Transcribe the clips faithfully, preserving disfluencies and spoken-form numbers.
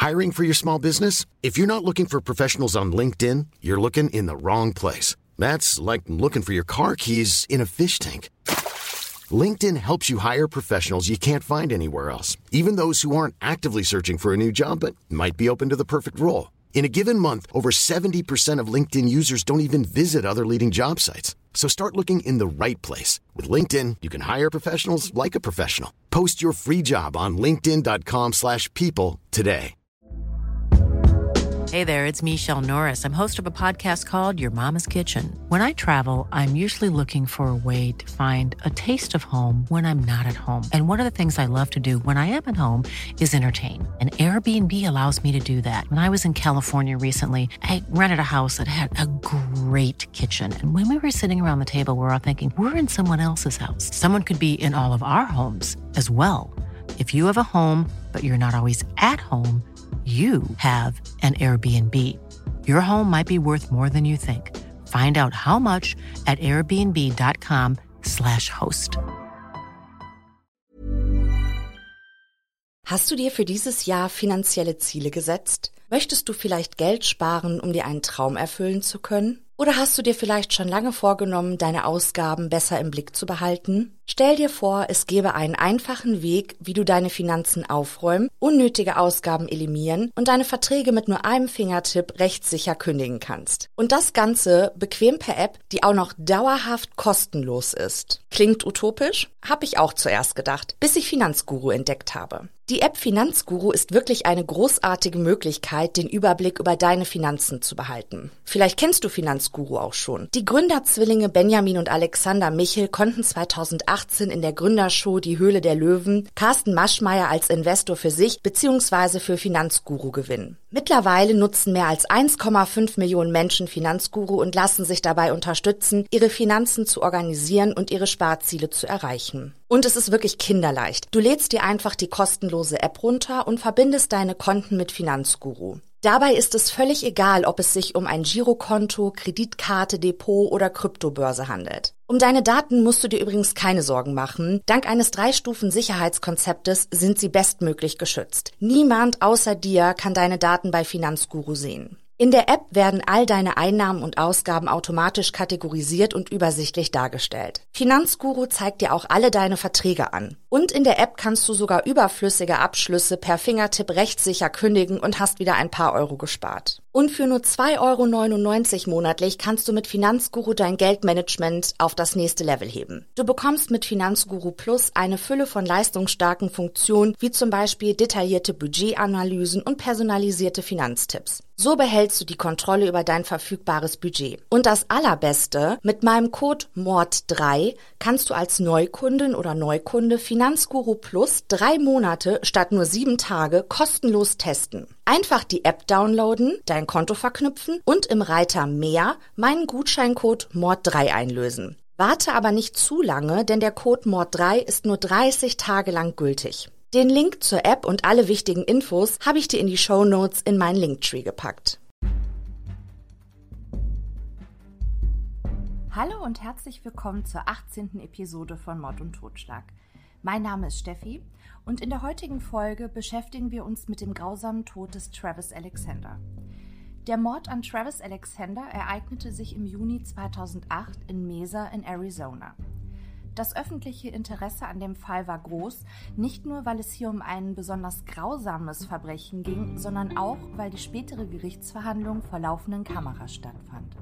Hiring for your small business? If you're not looking for professionals on LinkedIn, you're looking in the wrong place. That's like looking for your car keys in a fish tank. LinkedIn helps you hire professionals you can't find anywhere else, even those who aren't actively searching for a new job but might be open to the perfect role. In a given month, over seventy percent of LinkedIn users don't even visit other leading job sites. So start looking in the right place. With LinkedIn, you can hire professionals like a professional. Post your free job on linkedin.com slash people today. Hey there, it's Michelle Norris. I'm host of a podcast called Your Mama's Kitchen. When I travel, I'm usually looking for a way to find a taste of home when I'm not at home. And one of the things I love to do when I am at home is entertain. And Airbnb allows me to do that. When I was in California recently, I rented a house that had a great kitchen. And when we were sitting around the table, we were all thinking, we're in someone else's house. Someone could be in all of our homes as well. If you have a home, but you're not always at home, you have an Airbnb. Your home might be worth more than you think. Find out how much at airbnb.com slash host. Hast du dir für dieses Jahr finanzielle Ziele gesetzt? Möchtest du vielleicht Geld sparen, um dir einen Traum erfüllen zu können? Oder hast du dir vielleicht schon lange vorgenommen, deine Ausgaben besser im Blick zu behalten? Stell dir vor, es gäbe einen einfachen Weg, wie du deine Finanzen aufräumen, unnötige Ausgaben eliminieren und deine Verträge mit nur einem Fingertipp rechtssicher kündigen kannst. Und das Ganze bequem per App, die auch noch dauerhaft kostenlos ist. Klingt utopisch? Hab ich auch zuerst gedacht, bis ich Finanzguru entdeckt habe. Die App Finanzguru ist wirklich eine großartige Möglichkeit, den Überblick über deine Finanzen zu behalten. Vielleicht kennst du Finanzguru auch schon. Die Gründerzwillinge Benjamin und Alexander Michel konnten zweitausendachtzehn in der Gründershow Die Höhle der Löwen Carsten Maschmeyer als Investor für sich bzw. für Finanzguru gewinnen. Mittlerweile nutzen mehr als eins Komma fünf Millionen Menschen Finanzguru und lassen sich dabei unterstützen, ihre Finanzen zu organisieren und ihre Sparziele zu erreichen. Und es ist wirklich kinderleicht. Du lädst dir einfach die kostenlose App runter und verbindest deine Konten mit Finanzguru. Dabei ist es völlig egal, ob es sich um ein Girokonto, Kreditkarte, Depot oder Kryptobörse handelt. Um deine Daten musst du dir übrigens keine Sorgen machen. Dank eines Drei-Stufen-Sicherheitskonzeptes sind sie bestmöglich geschützt. Niemand außer dir kann deine Daten bei Finanzguru sehen. In der App werden all deine Einnahmen und Ausgaben automatisch kategorisiert und übersichtlich dargestellt. Finanzguru zeigt dir auch alle deine Verträge an. Und in der App kannst du sogar überflüssige Abschlüsse per Fingertipp rechtssicher kündigen und hast wieder ein paar Euro gespart. Und für nur zwei Euro neunundneunzig monatlich kannst du mit Finanzguru dein Geldmanagement auf das nächste Level heben. Du bekommst mit Finanzguru Plus eine Fülle von leistungsstarken Funktionen, wie zum Beispiel detaillierte Budgetanalysen und personalisierte Finanztipps. So behältst du die Kontrolle über dein verfügbares Budget. Und das Allerbeste, mit meinem Code M O R D drei kannst du als Neukundin oder Neukunde Finanzguru Plus drei Monate statt nur sieben Tage kostenlos testen. Einfach die App downloaden, dein Konto verknüpfen und im Reiter Mehr meinen Gutscheincode M O R D drei einlösen. Warte aber nicht zu lange, denn der Code M O R D drei ist nur dreißig Tage lang gültig. Den Link zur App und alle wichtigen Infos habe ich dir in die Shownotes in meinen Linktree gepackt. Hallo und herzlich willkommen zur achtzehnten Episode von Mord und Totschlag. Mein Name ist Steffi und in der heutigen Folge beschäftigen wir uns mit dem grausamen Tod des Travis Alexander. Der Mord an Travis Alexander ereignete sich im Juni zweitausendacht in Mesa in Arizona. Das öffentliche Interesse an dem Fall war groß, nicht nur, weil es hier um ein besonders grausames Verbrechen ging, sondern auch, weil die spätere Gerichtsverhandlung vor laufenden Kameras stattfand.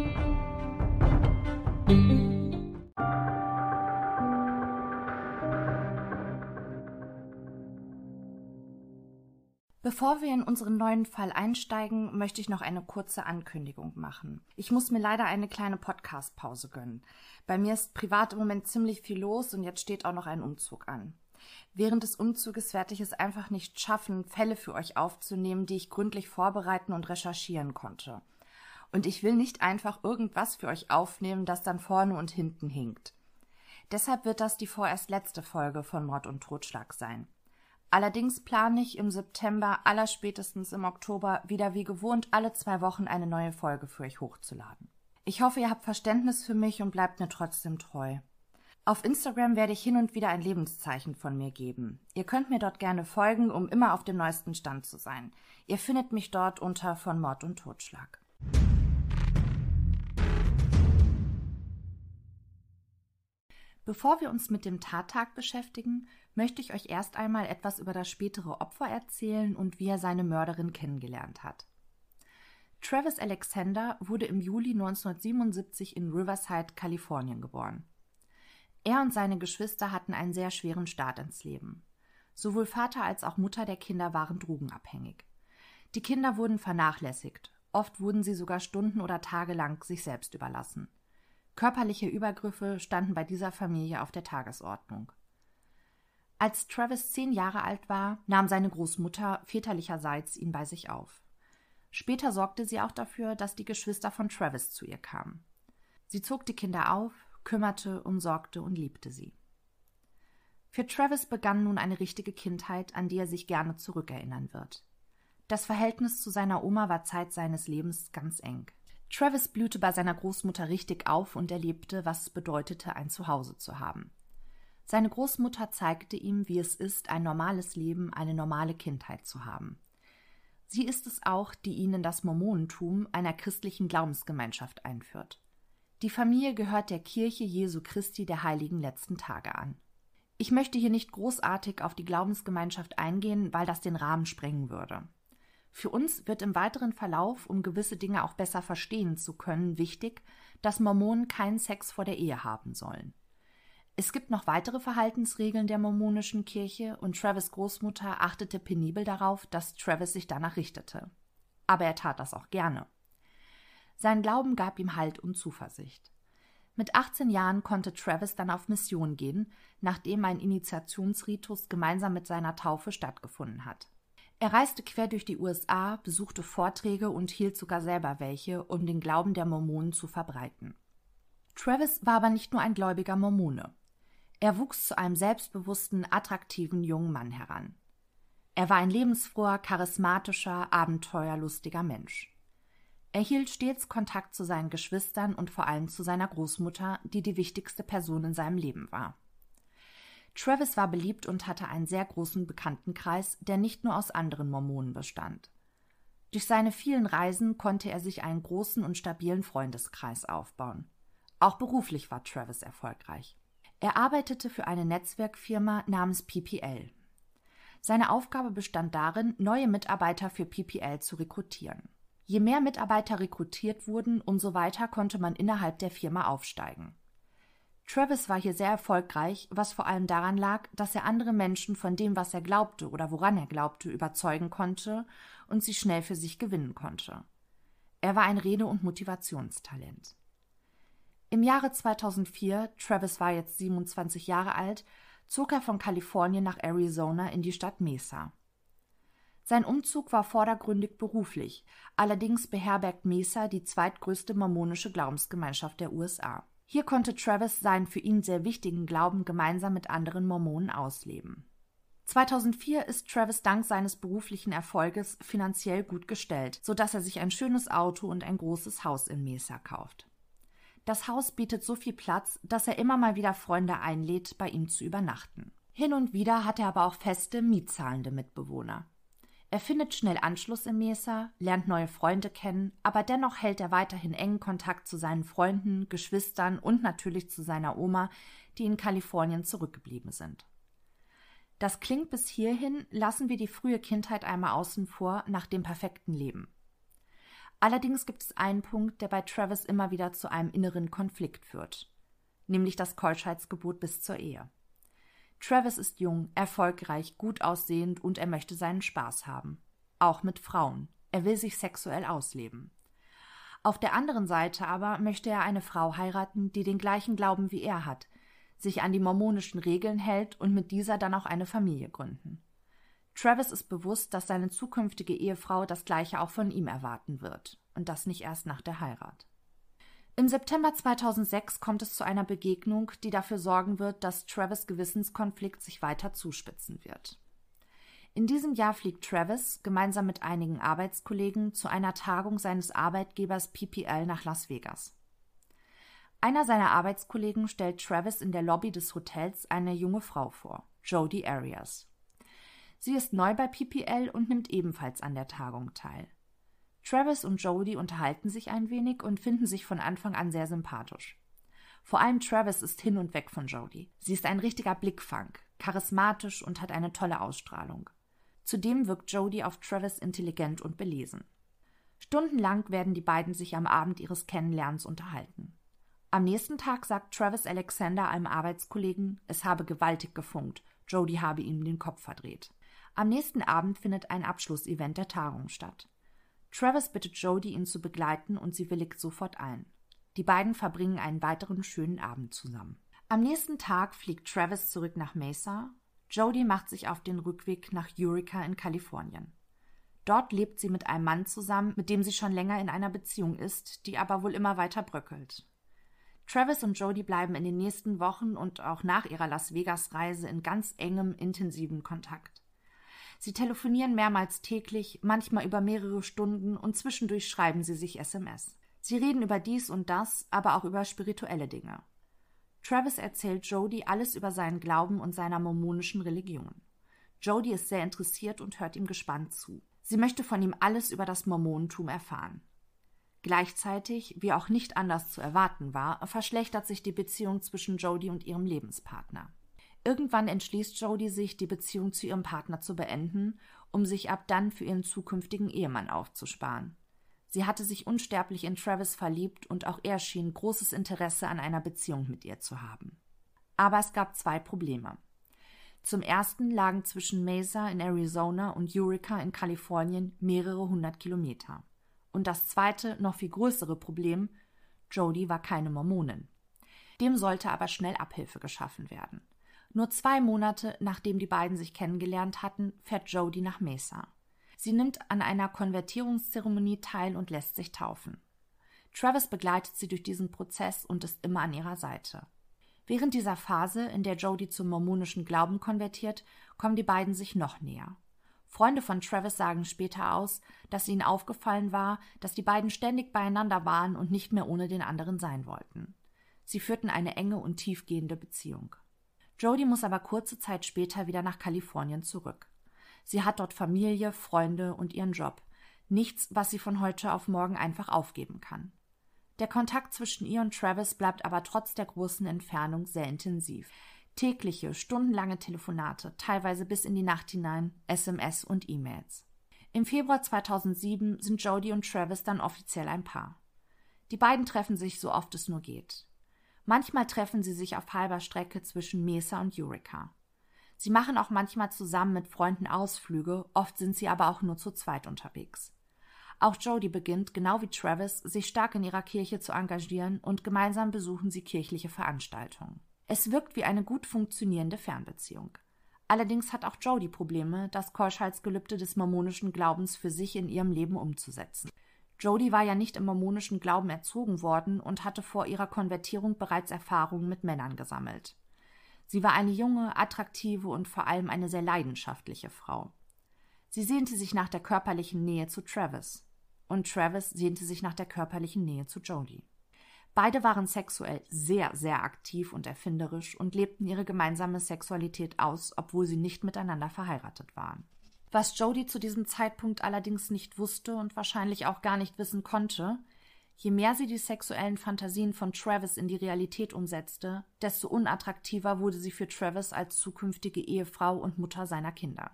Bevor wir in unseren neuen Fall einsteigen, möchte ich noch eine kurze Ankündigung machen. Ich muss mir leider eine kleine Podcast-Pause gönnen. Bei mir ist privat im Moment ziemlich viel los und jetzt steht auch noch ein Umzug an. Während des Umzuges werde ich es einfach nicht schaffen, Fälle für euch aufzunehmen, die ich gründlich vorbereiten und recherchieren konnte. Und ich will nicht einfach irgendwas für euch aufnehmen, das dann vorne und hinten hinkt. Deshalb wird das die vorerst letzte Folge von Mord und Totschlag sein. Allerdings plane ich im September, allerspätestens im Oktober, wieder wie gewohnt alle zwei Wochen eine neue Folge für euch hochzuladen. Ich hoffe, ihr habt Verständnis für mich und bleibt mir trotzdem treu. Auf Instagram werde ich hin und wieder ein Lebenszeichen von mir geben. Ihr könnt mir dort gerne folgen, um immer auf dem neuesten Stand zu sein. Ihr findet mich dort unter von Mord und Totschlag. Bevor wir uns mit dem Tattag beschäftigen, möchte ich euch erst einmal etwas über das spätere Opfer erzählen und wie er seine Mörderin kennengelernt hat. Travis Alexander wurde im Juli neunzehnhundertsiebenundsiebzig in Riverside, Kalifornien geboren. Er und seine Geschwister hatten einen sehr schweren Start ins Leben. Sowohl Vater als auch Mutter der Kinder waren drogenabhängig. Die Kinder wurden vernachlässigt. Oft wurden sie sogar Stunden oder Tage lang sich selbst überlassen. Körperliche Übergriffe standen bei dieser Familie auf der Tagesordnung. Als Travis zehn Jahre alt war, nahm seine Großmutter väterlicherseits ihn bei sich auf. Später sorgte sie auch dafür, dass die Geschwister von Travis zu ihr kamen. Sie zog die Kinder auf, kümmerte, umsorgte und liebte sie. Für Travis begann nun eine richtige Kindheit, an die er sich gerne zurückerinnern wird. Das Verhältnis zu seiner Oma war Zeit seines Lebens ganz eng. Travis blühte bei seiner Großmutter richtig auf und erlebte, was es bedeutete, ein Zuhause zu haben. Seine Großmutter zeigte ihm, wie es ist, ein normales Leben, eine normale Kindheit zu haben. Sie ist es auch, die ihn in das Mormonentum, einer christlichen Glaubensgemeinschaft, einführt. Die Familie gehört der Kirche Jesu Christi der Heiligen Letzten Tage an. Ich möchte hier nicht großartig auf die Glaubensgemeinschaft eingehen, weil das den Rahmen sprengen würde. Für uns wird im weiteren Verlauf, um gewisse Dinge auch besser verstehen zu können, wichtig, dass Mormonen keinen Sex vor der Ehe haben sollen. Es gibt noch weitere Verhaltensregeln der mormonischen Kirche und Travis' Großmutter achtete penibel darauf, dass Travis sich danach richtete. Aber er tat das auch gerne. Sein Glauben gab ihm Halt und Zuversicht. Mit achtzehn Jahren konnte Travis dann auf Mission gehen, nachdem ein Initiationsritus gemeinsam mit seiner Taufe stattgefunden hat. Er reiste quer durch die U S A, besuchte Vorträge und hielt sogar selber welche, um den Glauben der Mormonen zu verbreiten. Travis war aber nicht nur ein gläubiger Mormone. Er wuchs zu einem selbstbewussten, attraktiven jungen Mann heran. Er war ein lebensfroher, charismatischer, abenteuerlustiger Mensch. Er hielt stets Kontakt zu seinen Geschwistern und vor allem zu seiner Großmutter, die die wichtigste Person in seinem Leben war. Travis war beliebt und hatte einen sehr großen Bekanntenkreis, der nicht nur aus anderen Mormonen bestand. Durch seine vielen Reisen konnte er sich einen großen und stabilen Freundeskreis aufbauen. Auch beruflich war Travis erfolgreich. Er arbeitete für eine Netzwerkfirma namens P P L. Seine Aufgabe bestand darin, neue Mitarbeiter für P P L zu rekrutieren. Je mehr Mitarbeiter rekrutiert wurden, umso weiter konnte man innerhalb der Firma aufsteigen. Travis war hier sehr erfolgreich, was vor allem daran lag, dass er andere Menschen von dem, was er glaubte oder woran er glaubte, überzeugen konnte und sie schnell für sich gewinnen konnte. Er war ein Rede- und Motivationstalent. Im Jahre zweitausendvier, Travis war jetzt siebenundzwanzig Jahre alt, zog er von Kalifornien nach Arizona in die Stadt Mesa. Sein Umzug war vordergründig beruflich, allerdings beherbergt Mesa die zweitgrößte mormonische Glaubensgemeinschaft der U S A. Hier konnte Travis seinen für ihn sehr wichtigen Glauben gemeinsam mit anderen Mormonen ausleben. zweitausendvier ist Travis dank seines beruflichen Erfolges finanziell gut gestellt, sodass er sich ein schönes Auto und ein großes Haus in Mesa kauft. Das Haus bietet so viel Platz, dass er immer mal wieder Freunde einlädt, bei ihm zu übernachten. Hin und wieder hat er aber auch feste, mietzahlende Mitbewohner. Er findet schnell Anschluss in Mesa, lernt neue Freunde kennen, aber dennoch hält er weiterhin engen Kontakt zu seinen Freunden, Geschwistern und natürlich zu seiner Oma, die in Kalifornien zurückgeblieben sind. Das klingt bis hierhin, lassen wir die frühe Kindheit einmal außen vor, nach dem perfekten Leben. Allerdings gibt es einen Punkt, der bei Travis immer wieder zu einem inneren Konflikt führt, nämlich das Keuschheitsgebot bis zur Ehe. Travis ist jung, erfolgreich, gut aussehend und er möchte seinen Spaß haben. Auch mit Frauen. Er will sich sexuell ausleben. Auf der anderen Seite aber möchte er eine Frau heiraten, die den gleichen Glauben wie er hat, sich an die mormonischen Regeln hält und mit dieser dann auch eine Familie gründen. Travis ist bewusst, dass seine zukünftige Ehefrau das Gleiche auch von ihm erwarten wird. Und das nicht erst nach der Heirat. Im September zweitausendsechs kommt es zu einer Begegnung, die dafür sorgen wird, dass Travis' Gewissenskonflikt sich weiter zuspitzen wird. In diesem Jahr fliegt Travis gemeinsam mit einigen Arbeitskollegen zu einer Tagung seines Arbeitgebers P P L nach Las Vegas. Einer seiner Arbeitskollegen stellt Travis in der Lobby des Hotels eine junge Frau vor, Jodi Arias. Sie ist neu bei P P L und nimmt ebenfalls an der Tagung teil. Travis und Jodi unterhalten sich ein wenig und finden sich von Anfang an sehr sympathisch. Vor allem Travis ist hin und weg von Jodi. Sie ist ein richtiger Blickfang, charismatisch und hat eine tolle Ausstrahlung. Zudem wirkt Jodi auf Travis intelligent und belesen. Stundenlang werden die beiden sich am Abend ihres Kennenlernens unterhalten. Am nächsten Tag sagt Travis Alexander einem Arbeitskollegen, es habe gewaltig gefunkt, Jodi habe ihm den Kopf verdreht. Am nächsten Abend findet ein Abschlussevent der Tagung statt. Travis bittet Jodi, ihn zu begleiten, und sie willigt sofort ein. Die beiden verbringen einen weiteren schönen Abend zusammen. Am nächsten Tag fliegt Travis zurück nach Mesa. Jodi macht sich auf den Rückweg nach Eureka in Kalifornien. Dort lebt sie mit einem Mann zusammen, mit dem sie schon länger in einer Beziehung ist, die aber wohl immer weiter bröckelt. Travis und Jodi bleiben in den nächsten Wochen und auch nach ihrer Las-Vegas-Reise in ganz engem, intensiven Kontakt. Sie telefonieren mehrmals täglich, manchmal über mehrere Stunden, und zwischendurch schreiben sie sich S M S. Sie reden über dies und das, aber auch über spirituelle Dinge. Travis erzählt Jodi alles über seinen Glauben und seiner mormonischen Religion. Jodi ist sehr interessiert und hört ihm gespannt zu. Sie möchte von ihm alles über das Mormonentum erfahren. Gleichzeitig, wie auch nicht anders zu erwarten war, verschlechtert sich die Beziehung zwischen Jodi und ihrem Lebenspartner. Irgendwann entschließt Jodi sich, die Beziehung zu ihrem Partner zu beenden, um sich ab dann für ihren zukünftigen Ehemann aufzusparen. Sie hatte sich unsterblich in Travis verliebt und auch er schien großes Interesse an einer Beziehung mit ihr zu haben. Aber es gab zwei Probleme. Zum ersten lagen zwischen Mesa in Arizona und Eureka in Kalifornien mehrere hundert Kilometer. Und das zweite, noch viel größere Problem: Jodi war keine Mormonin. Dem sollte aber schnell Abhilfe geschaffen werden. Nur zwei Monate, nachdem die beiden sich kennengelernt hatten, fährt Jodi nach Mesa. Sie nimmt an einer Konvertierungszeremonie teil und lässt sich taufen. Travis begleitet sie durch diesen Prozess und ist immer an ihrer Seite. Während dieser Phase, in der Jodi zum mormonischen Glauben konvertiert, kommen die beiden sich noch näher. Freunde von Travis sagen später aus, dass ihnen aufgefallen war, dass die beiden ständig beieinander waren und nicht mehr ohne den anderen sein wollten. Sie führten eine enge und tiefgehende Beziehung. Jodi muss aber kurze Zeit später wieder nach Kalifornien zurück. Sie hat dort Familie, Freunde und ihren Job. Nichts, was sie von heute auf morgen einfach aufgeben kann. Der Kontakt zwischen ihr und Travis bleibt aber trotz der großen Entfernung sehr intensiv. Tägliche, stundenlange Telefonate, teilweise bis in die Nacht hinein, S M S und E-Mails. Im Februar zweitausendsieben sind Jodi und Travis dann offiziell ein Paar. Die beiden treffen sich so oft es nur geht. Manchmal treffen sie sich auf halber Strecke zwischen Mesa und Eureka. Sie machen auch manchmal zusammen mit Freunden Ausflüge, oft sind sie aber auch nur zu zweit unterwegs. Auch Jodi beginnt, genau wie Travis, sich stark in ihrer Kirche zu engagieren, und gemeinsam besuchen sie kirchliche Veranstaltungen. Es wirkt wie eine gut funktionierende Fernbeziehung. Allerdings hat auch Jodi Probleme, das Keuschheitsgelübde des mormonischen Glaubens für sich in ihrem Leben umzusetzen. Jodi war ja nicht im mormonischen Glauben erzogen worden und hatte vor ihrer Konvertierung bereits Erfahrungen mit Männern gesammelt. Sie war eine junge, attraktive und vor allem eine sehr leidenschaftliche Frau. Sie sehnte sich nach der körperlichen Nähe zu Travis. Und Travis sehnte sich nach der körperlichen Nähe zu Jodi. Beide waren sexuell sehr, sehr aktiv und erfinderisch und lebten ihre gemeinsame Sexualität aus, obwohl sie nicht miteinander verheiratet waren. Was Jodi zu diesem Zeitpunkt allerdings nicht wusste und wahrscheinlich auch gar nicht wissen konnte: Je mehr sie die sexuellen Fantasien von Travis in die Realität umsetzte, desto unattraktiver wurde sie für Travis als zukünftige Ehefrau und Mutter seiner Kinder.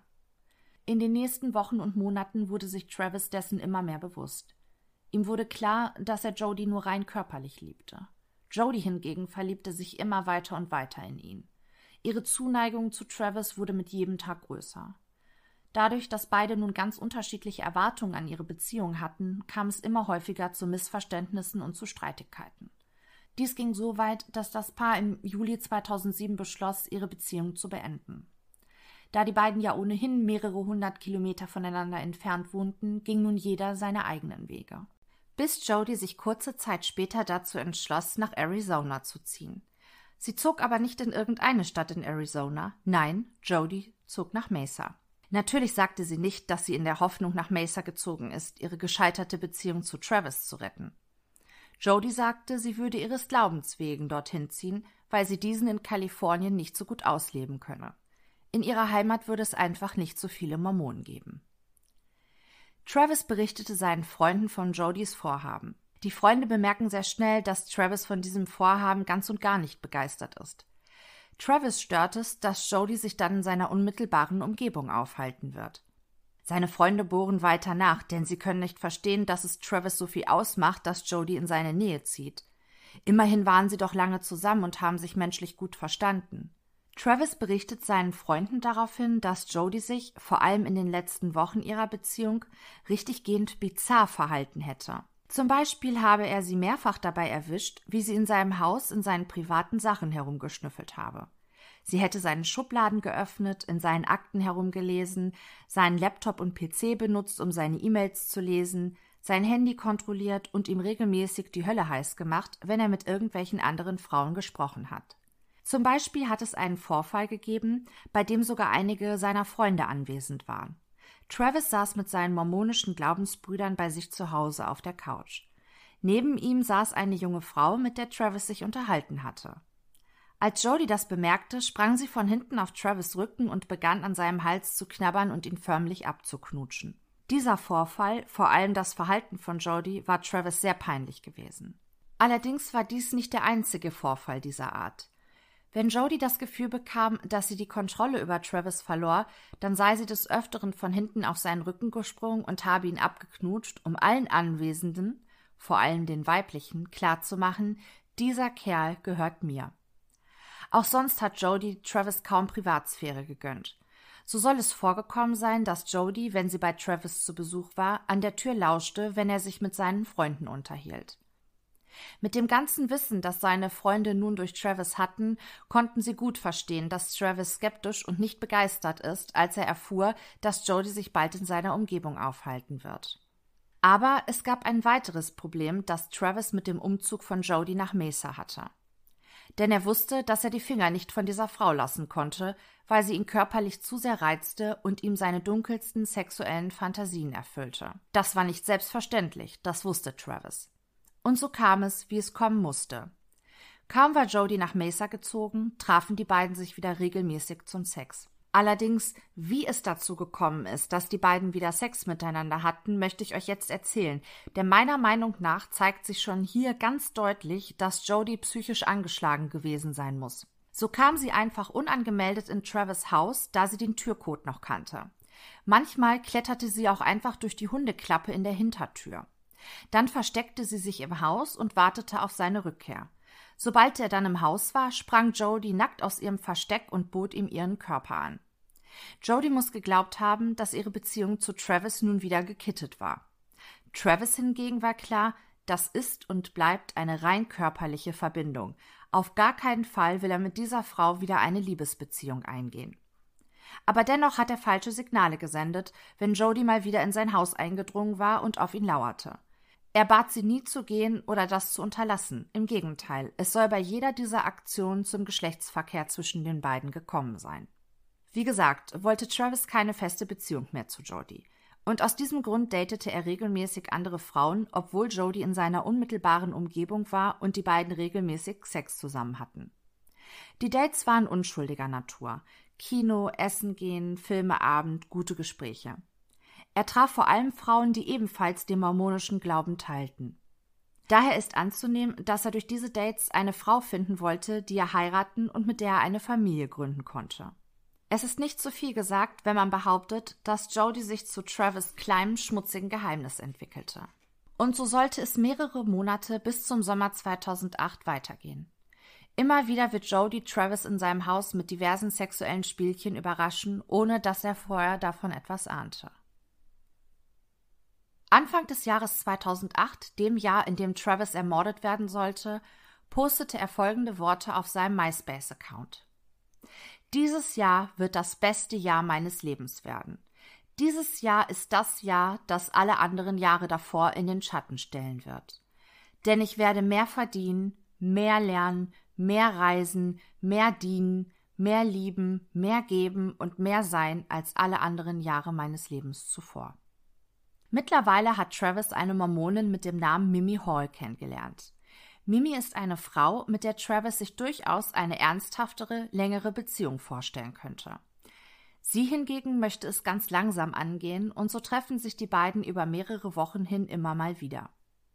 In den nächsten Wochen und Monaten wurde sich Travis dessen immer mehr bewusst. Ihm wurde klar, dass er Jodi nur rein körperlich liebte. Jodi hingegen verliebte sich immer weiter und weiter in ihn. Ihre Zuneigung zu Travis wurde mit jedem Tag größer. Dadurch, dass beide nun ganz unterschiedliche Erwartungen an ihre Beziehung hatten, kam es immer häufiger zu Missverständnissen und zu Streitigkeiten. Dies ging so weit, dass das Paar im Juli zweitausendsieben beschloss, ihre Beziehung zu beenden. Da die beiden ja ohnehin mehrere hundert Kilometer voneinander entfernt wohnten, ging nun jeder seine eigenen Wege. Bis Jodi sich kurze Zeit später dazu entschloss, nach Arizona zu ziehen. Sie zog aber nicht in irgendeine Stadt in Arizona. Nein, Jodi zog nach Mesa. Natürlich sagte sie nicht, dass sie in der Hoffnung nach Mesa gezogen ist, ihre gescheiterte Beziehung zu Travis zu retten. Jody sagte, sie würde ihres Glaubens wegen dorthin ziehen, weil sie diesen in Kalifornien nicht so gut ausleben könne. In ihrer Heimat würde es einfach nicht so viele Mormonen geben. Travis berichtete seinen Freunden von Jodys Vorhaben. Die Freunde bemerken sehr schnell, dass Travis von diesem Vorhaben ganz und gar nicht begeistert ist. Travis stört es, dass Jody sich dann in seiner unmittelbaren Umgebung aufhalten wird. Seine Freunde bohren weiter nach, denn sie können nicht verstehen, dass es Travis so viel ausmacht, dass Jody in seine Nähe zieht. Immerhin waren sie doch lange zusammen und haben sich menschlich gut verstanden. Travis berichtet seinen Freunden daraufhin, dass Jody sich, vor allem in den letzten Wochen ihrer Beziehung, richtiggehend bizarr verhalten hätte. Zum Beispiel habe er sie mehrfach dabei erwischt, wie sie in seinem Haus in seinen privaten Sachen herumgeschnüffelt habe. Sie hätte seine Schubladen geöffnet, in seinen Akten herumgelesen, seinen Laptop und P C benutzt, um seine E-Mails zu lesen, sein Handy kontrolliert und ihm regelmäßig die Hölle heiß gemacht, wenn er mit irgendwelchen anderen Frauen gesprochen hat. Zum Beispiel hat es einen Vorfall gegeben, bei dem sogar einige seiner Freunde anwesend waren. Travis saß mit seinen mormonischen Glaubensbrüdern bei sich zu Hause auf der Couch. Neben ihm saß eine junge Frau, mit der Travis sich unterhalten hatte. Als Jody das bemerkte, sprang sie von hinten auf Travis' Rücken und begann an seinem Hals zu knabbern und ihn förmlich abzuknutschen. Dieser Vorfall, vor allem das Verhalten von Jody, war Travis sehr peinlich gewesen. Allerdings war dies nicht der einzige Vorfall dieser Art. Wenn Jody das Gefühl bekam, dass sie die Kontrolle über Travis verlor, dann sei sie des Öfteren von hinten auf seinen Rücken gesprungen und habe ihn abgeknutscht, um allen Anwesenden, vor allem den weiblichen, klarzumachen, dieser Kerl gehört mir. Auch sonst hat Jody Travis kaum Privatsphäre gegönnt. So soll es vorgekommen sein, dass Jody, wenn sie bei Travis zu Besuch war, an der Tür lauschte, wenn er sich mit seinen Freunden unterhielt. Mit dem ganzen Wissen, das seine Freunde nun durch Travis hatten, konnten sie gut verstehen, dass Travis skeptisch und nicht begeistert ist, als er erfuhr, dass Jody sich bald in seiner Umgebung aufhalten wird. Aber es gab ein weiteres Problem, das Travis mit dem Umzug von Jody nach Mesa hatte. Denn er wusste, dass er die Finger nicht von dieser Frau lassen konnte, weil sie ihn körperlich zu sehr reizte und ihm seine dunkelsten sexuellen Fantasien erfüllte. Das war nicht selbstverständlich, das wusste Travis. Und so kam es, wie es kommen musste. Kaum war Jody nach Mesa gezogen, trafen die beiden sich wieder regelmäßig zum Sex. Allerdings, wie es dazu gekommen ist, dass die beiden wieder Sex miteinander hatten, möchte ich euch jetzt erzählen, denn meiner Meinung nach zeigt sich schon hier ganz deutlich, dass Jody psychisch angeschlagen gewesen sein muss. So kam sie einfach unangemeldet in Travis' Haus, da sie den Türcode noch kannte. Manchmal kletterte sie auch einfach durch die Hundeklappe in der Hintertür. Dann versteckte sie sich im Haus und wartete auf seine Rückkehr. Sobald er dann im Haus war, sprang Jody nackt aus ihrem Versteck und bot ihm ihren Körper an. Jody muss geglaubt haben, dass ihre Beziehung zu Travis nun wieder gekittet war. Travis hingegen war klar, das ist und bleibt eine rein körperliche Verbindung. Auf gar keinen Fall will er mit dieser Frau wieder eine Liebesbeziehung eingehen. Aber dennoch hat er falsche Signale gesendet, wenn Jody mal wieder in sein Haus eingedrungen war und auf ihn lauerte. Er bat sie nie zu gehen oder das zu unterlassen. Im Gegenteil, es soll bei jeder dieser Aktionen zum Geschlechtsverkehr zwischen den beiden gekommen sein. Wie gesagt, wollte Travis keine feste Beziehung mehr zu Jody. Und aus diesem Grund datete er regelmäßig andere Frauen, obwohl Jody in seiner unmittelbaren Umgebung war und die beiden regelmäßig Sex zusammen hatten. Die Dates waren unschuldiger Natur. Kino, Essen gehen, Filmeabend, gute Gespräche. Er traf vor allem Frauen, die ebenfalls den mormonischen Glauben teilten. Daher ist anzunehmen, dass er durch diese Dates eine Frau finden wollte, die er heiraten und mit der er eine Familie gründen konnte. Es ist nicht zu viel gesagt, wenn man behauptet, dass Jody sich zu Travis' kleinem, schmutzigen Geheimnis entwickelte. Und so sollte es mehrere Monate bis zum Sommer zweitausendacht weitergehen. Immer wieder wird Jody Travis in seinem Haus mit diversen sexuellen Spielchen überraschen, ohne dass er vorher davon etwas ahnte. Anfang des Jahres zweitausendacht, dem Jahr, in dem Travis ermordet werden sollte, postete er folgende Worte auf seinem MySpace-Account. Dieses Jahr wird das beste Jahr meines Lebens werden. Dieses Jahr ist das Jahr, das alle anderen Jahre davor in den Schatten stellen wird. Denn ich werde mehr verdienen, mehr lernen, mehr reisen, mehr dienen, mehr lieben, mehr geben und mehr sein als alle anderen Jahre meines Lebens zuvor. Mittlerweile hat Travis eine Mormonin mit dem Namen Mimi Hall kennengelernt. Mimi ist eine Frau, mit der Travis sich durchaus eine ernsthaftere, längere Beziehung vorstellen könnte. Sie hingegen möchte es ganz langsam angehen und so treffen sich die beiden über mehrere Wochen hin immer mal wieder.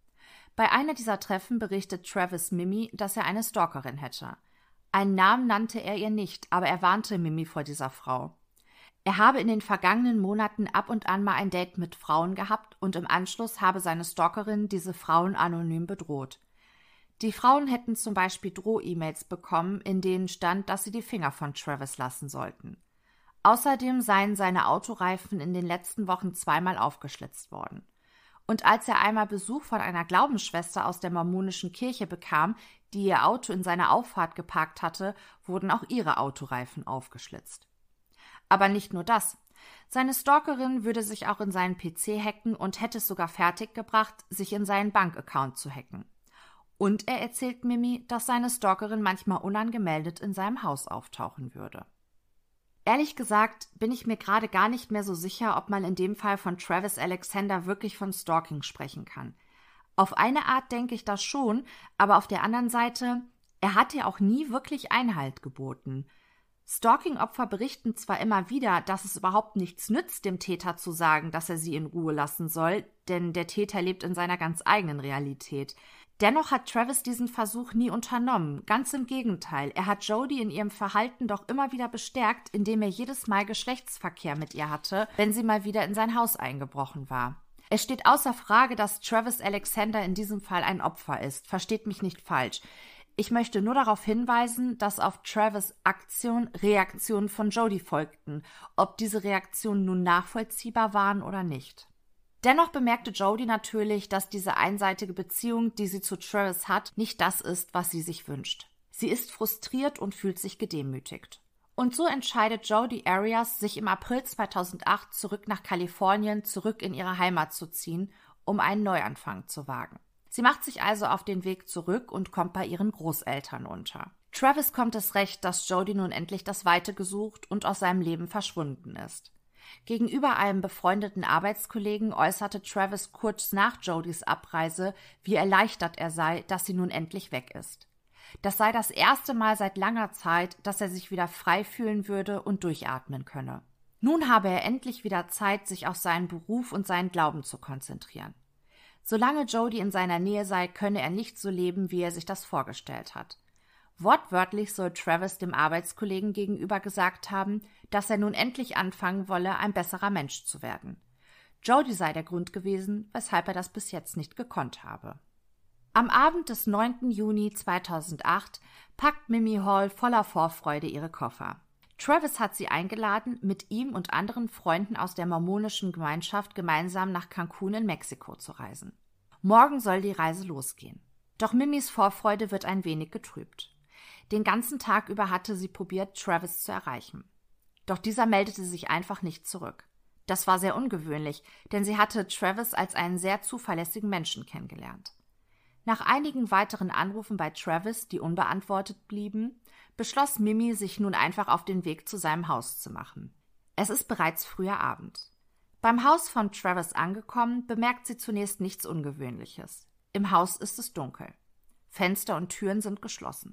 Bei einer dieser Treffen berichtet Travis Mimi, dass er eine Stalkerin hätte. Einen Namen nannte er ihr nicht, aber er warnte Mimi vor dieser Frau. Er habe in den vergangenen Monaten ab und an mal ein Date mit Frauen gehabt und im Anschluss habe seine Stalkerin diese Frauen anonym bedroht. Die Frauen hätten zum Beispiel Droh-E-Mails bekommen, in denen stand, dass sie die Finger von Travis lassen sollten. Außerdem seien seine Autoreifen in den letzten Wochen zweimal aufgeschlitzt worden. Und als er einmal Besuch von einer Glaubensschwester aus der mormonischen Kirche bekam, die ihr Auto in seiner Auffahrt geparkt hatte, wurden auch ihre Autoreifen aufgeschlitzt. Aber nicht nur das. Seine Stalkerin würde sich auch in seinen P C hacken und hätte es sogar fertiggebracht, sich in seinen Bankaccount zu hacken. Und er erzählt Mimi, dass seine Stalkerin manchmal unangemeldet in seinem Haus auftauchen würde. Ehrlich gesagt bin ich mir gerade gar nicht mehr so sicher, ob man in dem Fall von Travis Alexander wirklich von Stalking sprechen kann. Auf eine Art denke ich das schon, aber auf der anderen Seite, er hat ja auch nie wirklich Einhalt geboten. Stalking-Opfer berichten zwar immer wieder, dass es überhaupt nichts nützt, dem Täter zu sagen, dass er sie in Ruhe lassen soll, denn der Täter lebt in seiner ganz eigenen Realität. Dennoch hat Travis diesen Versuch nie unternommen. Ganz im Gegenteil, er hat Jodi in ihrem Verhalten doch immer wieder bestärkt, indem er jedes Mal Geschlechtsverkehr mit ihr hatte, wenn sie mal wieder in sein Haus eingebrochen war. Es steht außer Frage, dass Travis Alexander in diesem Fall ein Opfer ist. Versteht mich nicht falsch. Ich möchte nur darauf hinweisen, dass auf Travis' Aktion Reaktionen von Jodi folgten, ob diese Reaktionen nun nachvollziehbar waren oder nicht. Dennoch bemerkte Jodi natürlich, dass diese einseitige Beziehung, die sie zu Travis hat, nicht das ist, was sie sich wünscht. Sie ist frustriert und fühlt sich gedemütigt. Und so entscheidet Jodi Arias, sich im April zweitausendacht zurück nach Kalifornien, zurück in ihre Heimat zu ziehen, um einen Neuanfang zu wagen. Sie macht sich also auf den Weg zurück und kommt bei ihren Großeltern unter. Travis kommt es recht, dass Jodi nun endlich das Weite gesucht und aus seinem Leben verschwunden ist. Gegenüber einem befreundeten Arbeitskollegen äußerte Travis kurz nach Jodis Abreise, wie erleichtert er sei, dass sie nun endlich weg ist. Das sei das erste Mal seit langer Zeit, dass er sich wieder frei fühlen würde und durchatmen könne. Nun habe er endlich wieder Zeit, sich auf seinen Beruf und seinen Glauben zu konzentrieren. Solange Jodi in seiner Nähe sei, könne er nicht so leben, wie er sich das vorgestellt hat. Wortwörtlich soll Travis dem Arbeitskollegen gegenüber gesagt haben, dass er nun endlich anfangen wolle, ein besserer Mensch zu werden. Jodi sei der Grund gewesen, weshalb er das bis jetzt nicht gekonnt habe. Am Abend des neunten Juni zweitausendacht packt Mimi Hall voller Vorfreude ihre Koffer. Travis hat sie eingeladen, mit ihm und anderen Freunden aus der mormonischen Gemeinschaft gemeinsam nach Cancun in Mexiko zu reisen. Morgen soll die Reise losgehen. Doch Mimis Vorfreude wird ein wenig getrübt. Den ganzen Tag über hatte sie probiert, Travis zu erreichen. Doch dieser meldete sich einfach nicht zurück. Das war sehr ungewöhnlich, denn sie hatte Travis als einen sehr zuverlässigen Menschen kennengelernt. Nach einigen weiteren Anrufen bei Travis, die unbeantwortet blieben, beschloss Mimi, sich nun einfach auf den Weg zu seinem Haus zu machen. Es ist bereits früher Abend. Beim Haus von Travis angekommen, bemerkt sie zunächst nichts Ungewöhnliches. Im Haus ist es dunkel. Fenster und Türen sind geschlossen.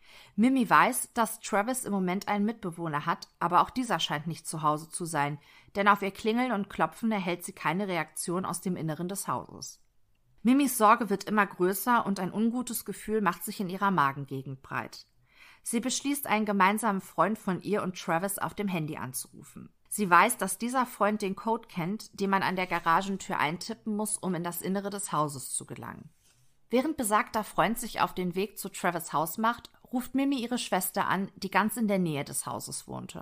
Mimi weiß, dass Travis im Moment einen Mitbewohner hat, aber auch dieser scheint nicht zu Hause zu sein, denn auf ihr Klingeln und Klopfen erhält sie keine Reaktion aus dem Inneren des Hauses. Mimis Sorge wird immer größer und ein ungutes Gefühl macht sich in ihrer Magengegend breit. Sie beschließt, einen gemeinsamen Freund von ihr und Travis auf dem Handy anzurufen. Sie weiß, dass dieser Freund den Code kennt, den man an der Garagentür eintippen muss, um in das Innere des Hauses zu gelangen. Während besagter Freund sich auf den Weg zu Travis' Haus macht, ruft Mimi ihre Schwester an, die ganz in der Nähe des Hauses wohnte.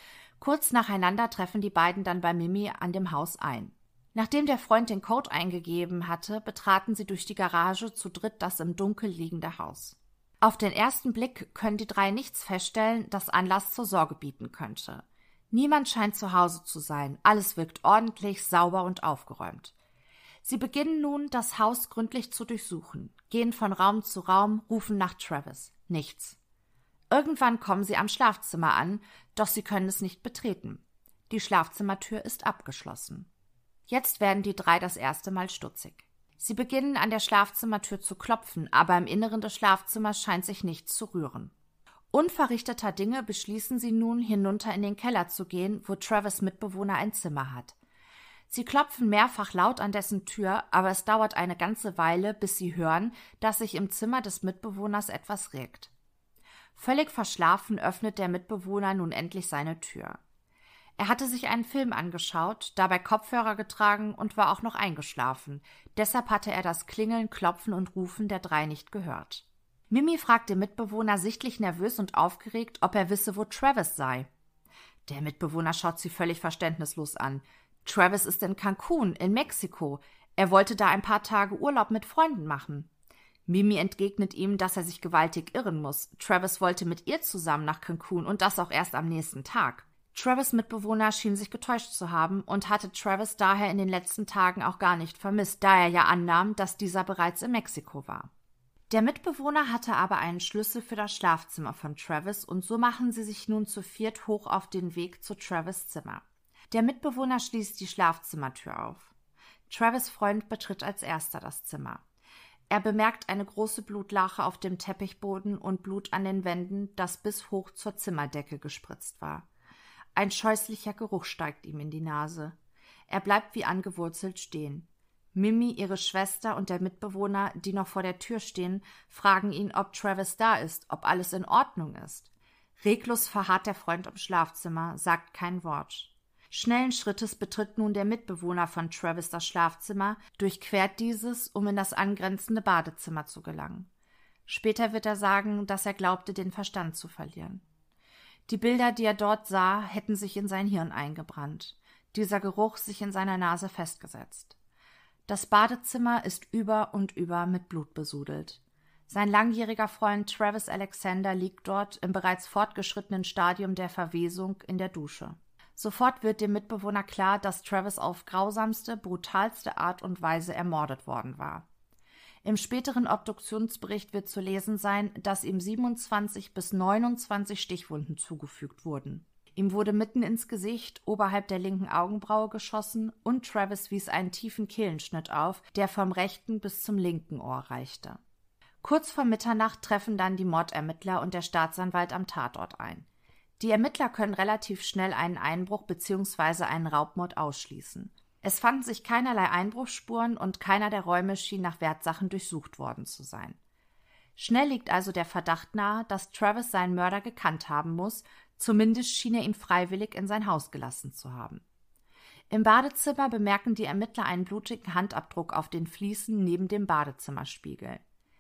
Kurz nacheinander treffen die beiden dann bei Mimi an dem Haus ein. Nachdem der Freund den Code eingegeben hatte, betraten sie durch die Garage zu dritt das im Dunkel liegende Haus. Auf den ersten Blick können die drei nichts feststellen, das Anlass zur Sorge bieten könnte. Niemand scheint zu Hause zu sein, alles wirkt ordentlich, sauber und aufgeräumt. Sie beginnen nun, das Haus gründlich zu durchsuchen, gehen von Raum zu Raum, rufen nach Travis. Nichts. Irgendwann kommen sie am Schlafzimmer an, doch sie können es nicht betreten. Die Schlafzimmertür ist abgeschlossen. Jetzt werden die drei das erste Mal stutzig. Sie beginnen an der Schlafzimmertür zu klopfen, aber im Inneren des Schlafzimmers scheint sich nichts zu rühren. Unverrichteter Dinge beschließen sie nun, hinunter in den Keller zu gehen, wo Travis' Mitbewohner ein Zimmer hat. Sie klopfen mehrfach laut an dessen Tür, aber es dauert eine ganze Weile, bis sie hören, dass sich im Zimmer des Mitbewohners etwas regt. Völlig verschlafen öffnet der Mitbewohner nun endlich seine Tür. Er hatte sich einen Film angeschaut, dabei Kopfhörer getragen und war auch noch eingeschlafen. Deshalb hatte er das Klingeln, Klopfen und Rufen der drei nicht gehört. Mimi fragt den Mitbewohner sichtlich nervös und aufgeregt, ob er wisse, wo Travis sei. Der Mitbewohner schaut sie völlig verständnislos an. Travis ist in Cancun, in Mexiko. Er wollte da ein paar Tage Urlaub mit Freunden machen. Mimi entgegnet ihm, dass er sich gewaltig irren muss. Travis wollte mit ihr zusammen nach Cancun und das auch erst am nächsten Tag. Travis' Mitbewohner schien sich getäuscht zu haben und hatte Travis daher in den letzten Tagen auch gar nicht vermisst, da er ja annahm, dass dieser bereits in Mexiko war. Der Mitbewohner hatte aber einen Schlüssel für das Schlafzimmer von Travis und so machen sie sich nun zu viert hoch auf den Weg zu Travis' Zimmer. Der Mitbewohner schließt die Schlafzimmertür auf. Travis' Freund betritt als erster das Zimmer. Er bemerkt eine große Blutlache auf dem Teppichboden und Blut an den Wänden, das bis hoch zur Zimmerdecke gespritzt war. Ein scheußlicher Geruch steigt ihm in die Nase. Er bleibt wie angewurzelt stehen. Mimi, ihre Schwester und der Mitbewohner, die noch vor der Tür stehen, fragen ihn, ob Travis da ist, ob alles in Ordnung ist. Reglos verharrt der Freund im Schlafzimmer, sagt kein Wort. Schnellen Schrittes betritt nun der Mitbewohner von Travis das Schlafzimmer, durchquert dieses, um in das angrenzende Badezimmer zu gelangen. Später wird er sagen, dass er glaubte, den Verstand zu verlieren. Die Bilder, die er dort sah, hätten sich in sein Hirn eingebrannt. Dieser Geruch sich in seiner Nase festgesetzt. Das Badezimmer ist über und über mit Blut besudelt. Sein langjähriger Freund Travis Alexander liegt dort im bereits fortgeschrittenen Stadium der Verwesung in der Dusche. Sofort wird dem Mitbewohner klar, dass Travis auf grausamste, brutalste Art und Weise ermordet worden war. Im späteren Obduktionsbericht wird zu lesen sein, dass ihm siebenundzwanzig bis neunundzwanzig Stichwunden zugefügt wurden. Ihm wurde mitten ins Gesicht, oberhalb der linken Augenbraue geschossen und Travis wies einen tiefen Kehlenschnitt auf, der vom rechten bis zum linken Ohr reichte. Kurz vor Mitternacht treffen dann die Mordermittler und der Staatsanwalt am Tatort ein. Die Ermittler können relativ schnell einen Einbruch bzw. einen Raubmord ausschließen. Es fanden sich keinerlei Einbruchsspuren und keiner der Räume schien nach Wertsachen durchsucht worden zu sein. Schnell liegt also der Verdacht nahe, dass Travis seinen Mörder gekannt haben muss, zumindest schien er ihn freiwillig in sein Haus gelassen zu haben. Im Badezimmer bemerken die Ermittler einen blutigen Handabdruck auf den Fliesen neben dem Badezimmerspiegel.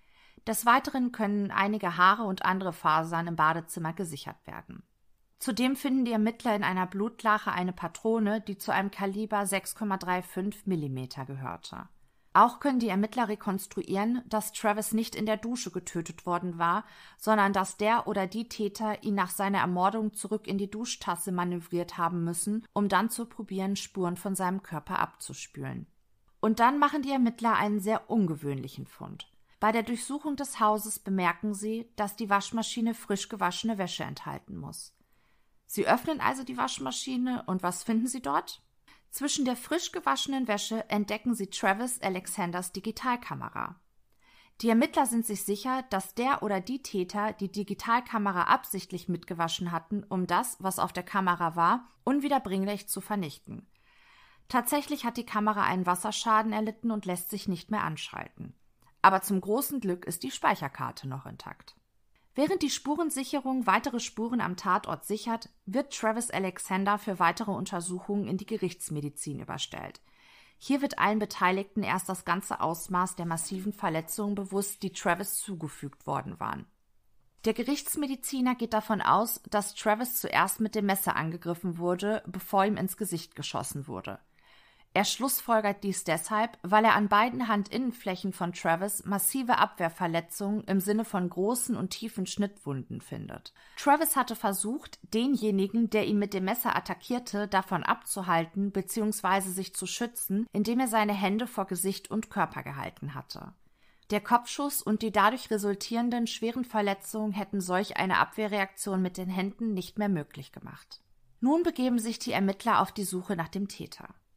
Des Weiteren können einige Haare und andere Fasern im Badezimmer gesichert werden. Zudem finden die Ermittler in einer Blutlache eine Patrone, die zu einem Kaliber sechs Komma fünfunddreißig Millimeter gehörte. Auch können die Ermittler rekonstruieren, dass Travis nicht in der Dusche getötet worden war, sondern dass der oder die Täter ihn nach seiner Ermordung zurück in die Duschtasse manövriert haben müssen, um dann zu probieren, Spuren von seinem Körper abzuspülen. Und dann machen die Ermittler einen sehr ungewöhnlichen Fund. Bei der Durchsuchung des Hauses bemerken sie, dass die Waschmaschine frisch gewaschene Wäsche enthalten muss. Sie öffnen also die Waschmaschine und was finden sie dort? Zwischen der frisch gewaschenen Wäsche entdecken sie Travis Alexanders Digitalkamera. Die Ermittler sind sich sicher, dass der oder die Täter die Digitalkamera absichtlich mitgewaschen hatten, um das, was auf der Kamera war, unwiederbringlich zu vernichten. Tatsächlich hat die Kamera einen Wasserschaden erlitten und lässt sich nicht mehr anschalten. Aber zum großen Glück ist die Speicherkarte noch intakt. Während die Spurensicherung weitere Spuren am Tatort sichert, wird Travis Alexander für weitere Untersuchungen in die Gerichtsmedizin überstellt. Hier wird allen Beteiligten erst das ganze Ausmaß der massiven Verletzungen bewusst, die Travis zugefügt worden waren. Der Gerichtsmediziner geht davon aus, dass Travis zuerst mit dem Messer angegriffen wurde, bevor ihm ins Gesicht geschossen wurde. Er schlussfolgert dies deshalb, weil er an beiden Handinnenflächen von Travis massive Abwehrverletzungen im Sinne von großen und tiefen Schnittwunden findet. Travis hatte versucht, denjenigen, der ihn mit dem Messer attackierte, davon abzuhalten bzw. sich zu schützen, indem er seine Hände vor Gesicht und Körper gehalten hatte. Der Kopfschuss und die dadurch resultierenden schweren Verletzungen hätten solch eine Abwehrreaktion mit den Händen nicht mehr möglich gemacht. Nun begeben sich die Ermittler auf die Suche nach dem Täter.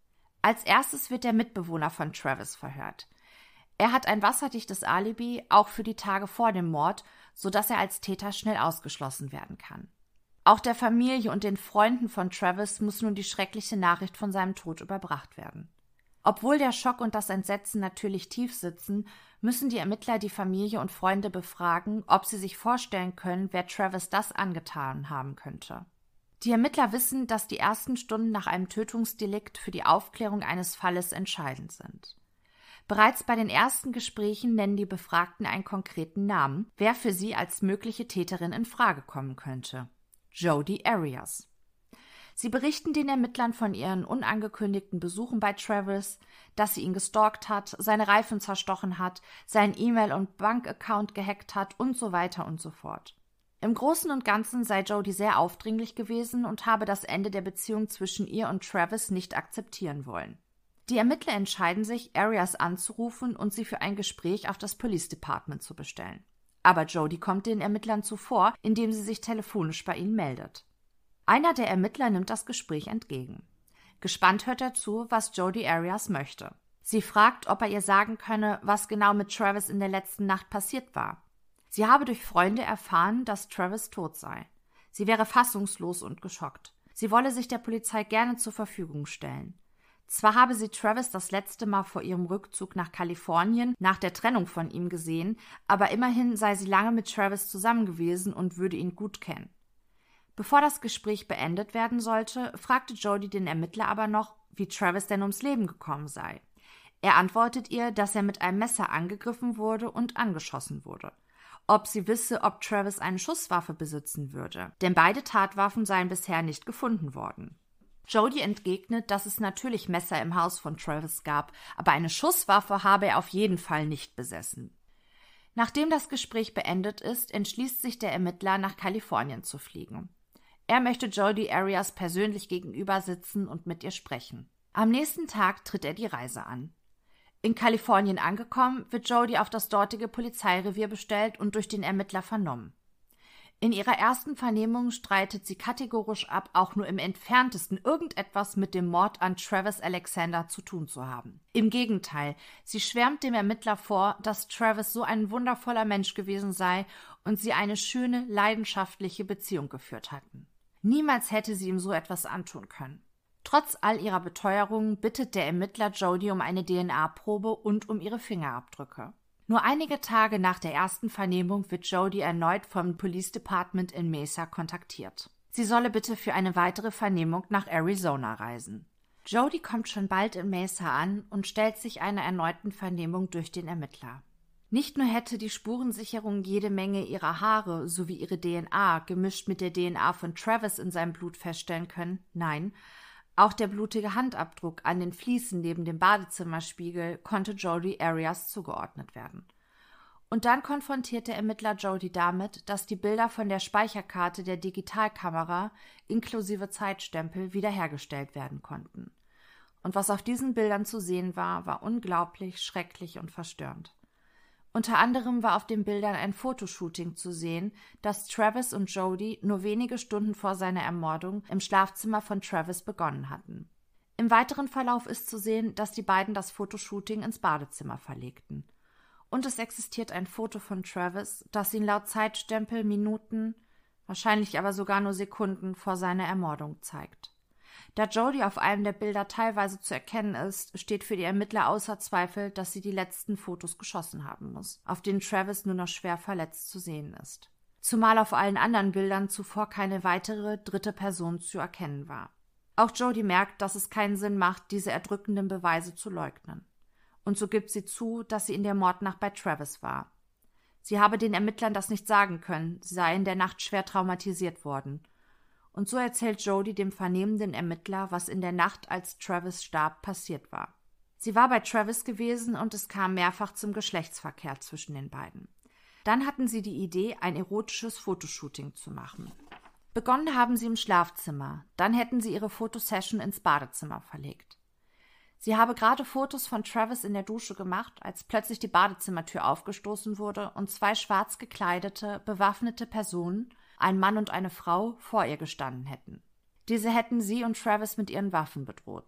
Als erstes wird der Mitbewohner von Travis verhört. Er hat ein wasserdichtes Alibi, auch für die Tage vor dem Mord, sodass er als Täter schnell ausgeschlossen werden kann. Auch der Familie und den Freunden von Travis muss nun die schreckliche Nachricht von seinem Tod überbracht werden. Obwohl der Schock und das Entsetzen natürlich tief sitzen, müssen die Ermittler die Familie und Freunde befragen, ob sie sich vorstellen können, wer Travis das angetan haben könnte. Die Ermittler wissen, dass die ersten Stunden nach einem Tötungsdelikt für die Aufklärung eines Falles entscheidend sind. Bereits bei den ersten Gesprächen nennen die Befragten einen konkreten Namen, wer für sie als mögliche Täterin in Frage kommen könnte: Jodi Arias. Sie berichten den Ermittlern von ihren unangekündigten Besuchen bei Travis, dass sie ihn gestalkt hat, seine Reifen zerstochen hat, seinen E-Mail- und Bankaccount gehackt hat und so weiter und so fort. Im Großen und Ganzen sei Jodi sehr aufdringlich gewesen und habe das Ende der Beziehung zwischen ihr und Travis nicht akzeptieren wollen. Die Ermittler entscheiden sich, Arias anzurufen und sie für ein Gespräch auf das Police Department zu bestellen. Aber Jodi kommt den Ermittlern zuvor, indem sie sich telefonisch bei ihnen meldet. Einer der Ermittler nimmt das Gespräch entgegen. Gespannt hört er zu, was Jodi Arias möchte. Sie fragt, ob er ihr sagen könne, was genau mit Travis in der letzten Nacht passiert war. Sie habe durch Freunde erfahren, dass Travis tot sei. Sie wäre fassungslos und geschockt. Sie wolle sich der Polizei gerne zur Verfügung stellen. Zwar habe sie Travis das letzte Mal vor ihrem Rückzug nach Kalifornien nach der Trennung von ihm gesehen, aber immerhin sei sie lange mit Travis zusammen gewesen und würde ihn gut kennen. Bevor das Gespräch beendet werden sollte, fragte Jodi den Ermittler aber noch, wie Travis denn ums Leben gekommen sei. Er antwortet ihr, dass er mit einem Messer angegriffen wurde und angeschossen wurde. Ob sie wisse, ob Travis eine Schusswaffe besitzen würde, denn beide Tatwaffen seien bisher nicht gefunden worden. Jodi entgegnet, dass es natürlich Messer im Haus von Travis gab, aber eine Schusswaffe habe er auf jeden Fall nicht besessen. Nachdem das Gespräch beendet ist, entschließt sich der Ermittler, nach Kalifornien zu fliegen. Er möchte Jodi Arias persönlich gegenüber sitzen und mit ihr sprechen. Am nächsten Tag tritt er die Reise an. In Kalifornien angekommen, wird Jodi auf das dortige Polizeirevier bestellt und durch den Ermittler vernommen. In ihrer ersten Vernehmung streitet sie kategorisch ab, auch nur im Entferntesten irgendetwas mit dem Mord an Travis Alexander zu tun zu haben. Im Gegenteil, sie schwärmt dem Ermittler vor, dass Travis so ein wundervoller Mensch gewesen sei und sie eine schöne, leidenschaftliche Beziehung geführt hatten. Niemals hätte sie ihm so etwas antun können. Trotz all ihrer Beteuerungen bittet der Ermittler Jodi um eine D N A-Probe und um ihre Fingerabdrücke. Nur einige Tage nach der ersten Vernehmung wird Jodi erneut vom Police Department in Mesa kontaktiert. Sie solle bitte für eine weitere Vernehmung nach Arizona reisen. Jodi kommt schon bald in Mesa an und stellt sich einer erneuten Vernehmung durch den Ermittler. Nicht nur hätte die Spurensicherung jede Menge ihrer Haare sowie ihre D N A gemischt mit der D N A von Travis in seinem Blut feststellen können, nein, auch der blutige Handabdruck an den Fliesen neben dem Badezimmerspiegel konnte Jodi Arias zugeordnet werden. Und dann konfrontiert der Ermittler Jodi damit, dass die Bilder von der Speicherkarte der Digitalkamera inklusive Zeitstempel wiederhergestellt werden konnten. Und was auf diesen Bildern zu sehen war, war unglaublich, schrecklich und verstörend. Unter anderem war auf den Bildern ein Fotoshooting zu sehen, das Travis und Jodi nur wenige Stunden vor seiner Ermordung im Schlafzimmer von Travis begonnen hatten. Im weiteren Verlauf ist zu sehen, dass die beiden das Fotoshooting ins Badezimmer verlegten. Und es existiert ein Foto von Travis, das ihn laut Zeitstempel Minuten, wahrscheinlich aber sogar nur Sekunden vor seiner Ermordung zeigt. Da Jodi auf einem der Bilder teilweise zu erkennen ist, steht für die Ermittler außer Zweifel, dass sie die letzten Fotos geschossen haben muss, auf denen Travis nur noch schwer verletzt zu sehen ist. Zumal auf allen anderen Bildern zuvor keine weitere dritte Person zu erkennen war. Auch Jodi merkt, dass es keinen Sinn macht, diese erdrückenden Beweise zu leugnen. Und so gibt sie zu, dass sie in der Mordnacht bei Travis war. Sie habe den Ermittlern das nicht sagen können, sie sei in der Nacht schwer traumatisiert worden. Und so erzählt Jodi dem vernehmenden Ermittler, was in der Nacht, als Travis starb, passiert war. Sie war bei Travis gewesen und es kam mehrfach zum Geschlechtsverkehr zwischen den beiden. Dann hatten sie die Idee, ein erotisches Fotoshooting zu machen. Begonnen haben sie im Schlafzimmer, dann hätten sie ihre Fotosession ins Badezimmer verlegt. Sie habe gerade Fotos von Travis in der Dusche gemacht, als plötzlich die Badezimmertür aufgestoßen wurde und zwei schwarz gekleidete, bewaffnete Personen, ein Mann und eine Frau, vor ihr gestanden hätten. Diese hätten sie und Travis mit ihren Waffen bedroht.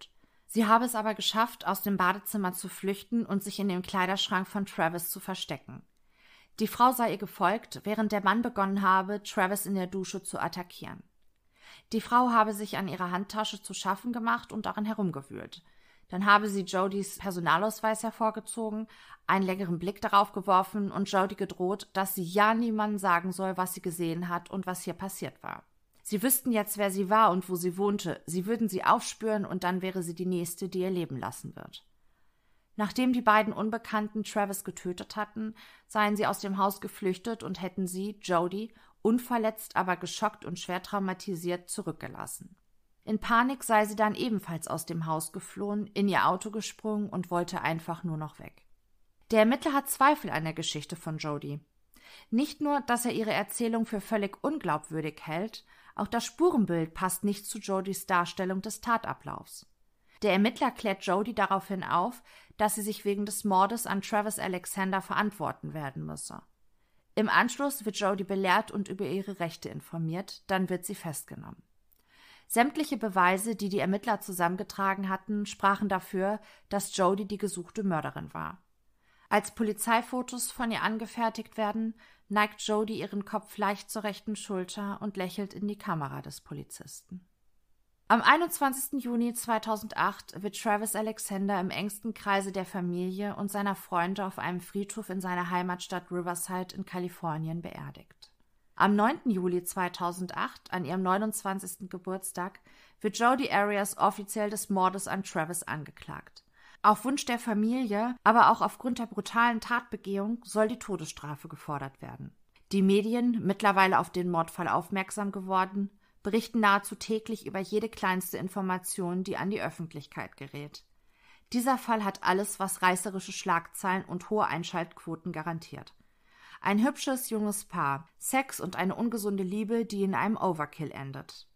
Sie habe es aber geschafft, aus dem Badezimmer zu flüchten und sich in dem Kleiderschrank von Travis zu verstecken. Die Frau sei ihr gefolgt, während der Mann begonnen habe, Travis in der Dusche zu attackieren. Die Frau habe sich an ihrer Handtasche zu schaffen gemacht und darin herumgewühlt. Dann habe sie Jodys Personalausweis hervorgezogen, einen längeren Blick darauf geworfen und Jody gedroht, dass sie ja niemandem sagen soll, was sie gesehen hat und was hier passiert war. Sie wüssten jetzt, wer sie war und wo sie wohnte. Sie würden sie aufspüren und dann wäre sie die Nächste, die ihr leben lassen wird. Nachdem die beiden Unbekannten Travis getötet hatten, seien sie aus dem Haus geflüchtet und hätten sie, Jody, unverletzt, aber geschockt und schwer traumatisiert zurückgelassen. In Panik sei sie dann ebenfalls aus dem Haus geflohen, in ihr Auto gesprungen und wollte einfach nur noch weg. Der Ermittler hat Zweifel an der Geschichte von Jody. Nicht nur, dass er ihre Erzählung für völlig unglaubwürdig hält, auch das Spurenbild passt nicht zu Jodys Darstellung des Tatablaufs. Der Ermittler klärt Jody daraufhin auf, dass sie sich wegen des Mordes an Travis Alexander verantworten werden müsse. Im Anschluss wird Jody belehrt und über ihre Rechte informiert, dann wird sie festgenommen. Sämtliche Beweise, die die Ermittler zusammengetragen hatten, sprachen dafür, dass Jody die gesuchte Mörderin war. Als Polizeifotos von ihr angefertigt werden, neigt Jody ihren Kopf leicht zur rechten Schulter und lächelt in die Kamera des Polizisten. Am einundzwanzigsten Juni zweitausendacht wird Travis Alexander im engsten Kreise der Familie und seiner Freunde auf einem Friedhof in seiner Heimatstadt Riverside in Kalifornien beerdigt. Am neunten Juli zweitausendacht, an ihrem neunundzwanzigsten Geburtstag, wird Jodi Arias offiziell des Mordes an Travis angeklagt. Auf Wunsch der Familie, aber auch aufgrund der brutalen Tatbegehung, soll die Todesstrafe gefordert werden. Die Medien, mittlerweile auf den Mordfall aufmerksam geworden, berichten nahezu täglich über jede kleinste Information, die an die Öffentlichkeit gerät. Dieser Fall hat alles, was reißerische Schlagzeilen und hohe Einschaltquoten garantiert. Ein hübsches, junges Paar, Sex und eine ungesunde Liebe, die in einem Overkill endet.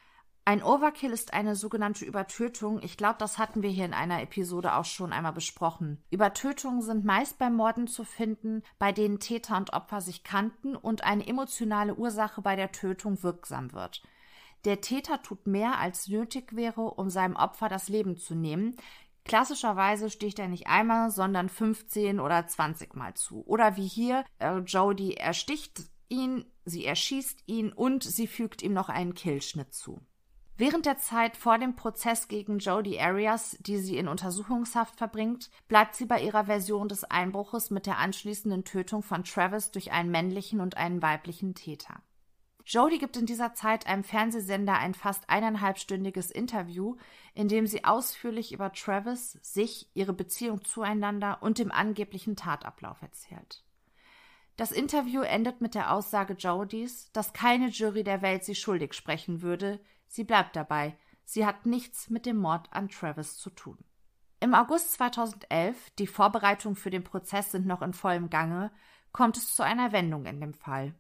Ein Overkill ist eine sogenannte Übertötung. Ich glaube, das hatten wir hier in einer Episode auch schon einmal besprochen. Übertötungen sind meist bei Morden zu finden, bei denen Täter und Opfer sich kannten und eine emotionale Ursache bei der Tötung wirksam wird. Der Täter tut mehr, als nötig wäre, um seinem Opfer das Leben zu nehmen. Klassischerweise sticht er nicht einmal, sondern fünfzehn oder zwanzig Mal zu. Oder wie hier, äh, Jody ersticht ihn, sie erschießt ihn und sie fügt ihm noch einen Killschnitt zu. Während der Zeit vor dem Prozess gegen Jodi Arias, die sie in Untersuchungshaft verbringt, bleibt sie bei ihrer Version des Einbruches mit der anschließenden Tötung von Travis durch einen männlichen und einen weiblichen Täter. Jodi gibt in dieser Zeit einem Fernsehsender ein fast eineinhalbstündiges Interview, in dem sie ausführlich über Travis, sich, ihre Beziehung zueinander und dem angeblichen Tatablauf erzählt. Das Interview endet mit der Aussage Jodis, dass keine Jury der Welt sie schuldig sprechen würde. Sie bleibt dabei, sie hat nichts mit dem Mord an Travis zu tun. Im August zweitausendelf, die Vorbereitungen für den Prozess sind noch in vollem Gange, kommt es zu einer Wendung in dem Fall.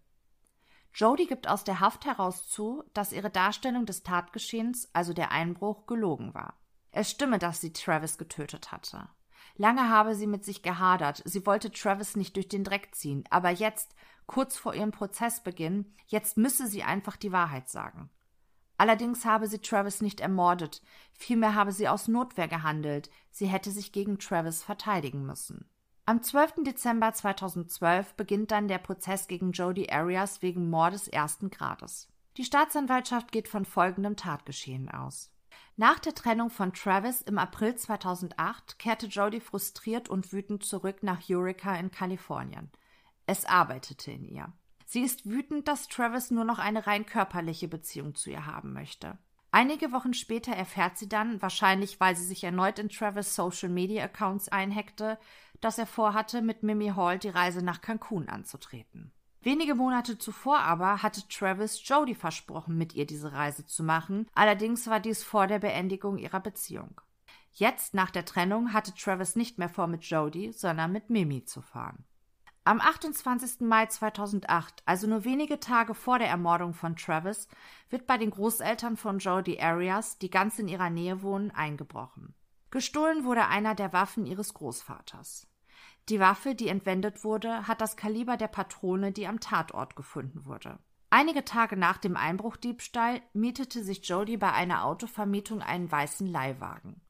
Jodi gibt aus der Haft heraus zu, dass ihre Darstellung des Tatgeschehens, also der Einbruch, gelogen war. Es stimme, dass sie Travis getötet hatte. Lange habe sie mit sich gehadert, sie wollte Travis nicht durch den Dreck ziehen, aber jetzt, kurz vor ihrem Prozessbeginn, jetzt müsse sie einfach die Wahrheit sagen. Allerdings habe sie Travis nicht ermordet, vielmehr habe sie aus Notwehr gehandelt, sie hätte sich gegen Travis verteidigen müssen. Am zwölften Dezember zweitausendzwölf beginnt dann der Prozess gegen Jodi Arias wegen Mordes ersten Grades. Die Staatsanwaltschaft geht von folgendem Tatgeschehen aus. Nach der Trennung von Travis im April zweitausendacht kehrte Jodi frustriert und wütend zurück nach Eureka in Kalifornien. Es arbeitete in ihr. Sie ist wütend, dass Travis nur noch eine rein körperliche Beziehung zu ihr haben möchte. Einige Wochen später erfährt sie dann, wahrscheinlich weil sie sich erneut in Travis' Social-Media-Accounts einhackte, dass er vorhatte, mit Mimi Hall die Reise nach Cancun anzutreten. Wenige Monate zuvor aber hatte Travis Jodi versprochen, mit ihr diese Reise zu machen, allerdings war dies vor der Beendigung ihrer Beziehung. Jetzt, nach der Trennung, hatte Travis nicht mehr vor, mit Jodi, sondern mit Mimi zu fahren. Am achtundzwanzigsten Mai zweitausendacht, also nur wenige Tage vor der Ermordung von Travis, wird bei den Großeltern von Jodi Arias, die ganz in ihrer Nähe wohnen, eingebrochen. Gestohlen wurde einer der Waffen ihres Großvaters. Die Waffe, die entwendet wurde, hat das Kaliber der Patrone, die am Tatort gefunden wurde. Einige Tage nach dem Einbruchdiebstahl mietete sich Jodi bei einer Autovermietung einen weißen Leihwagen.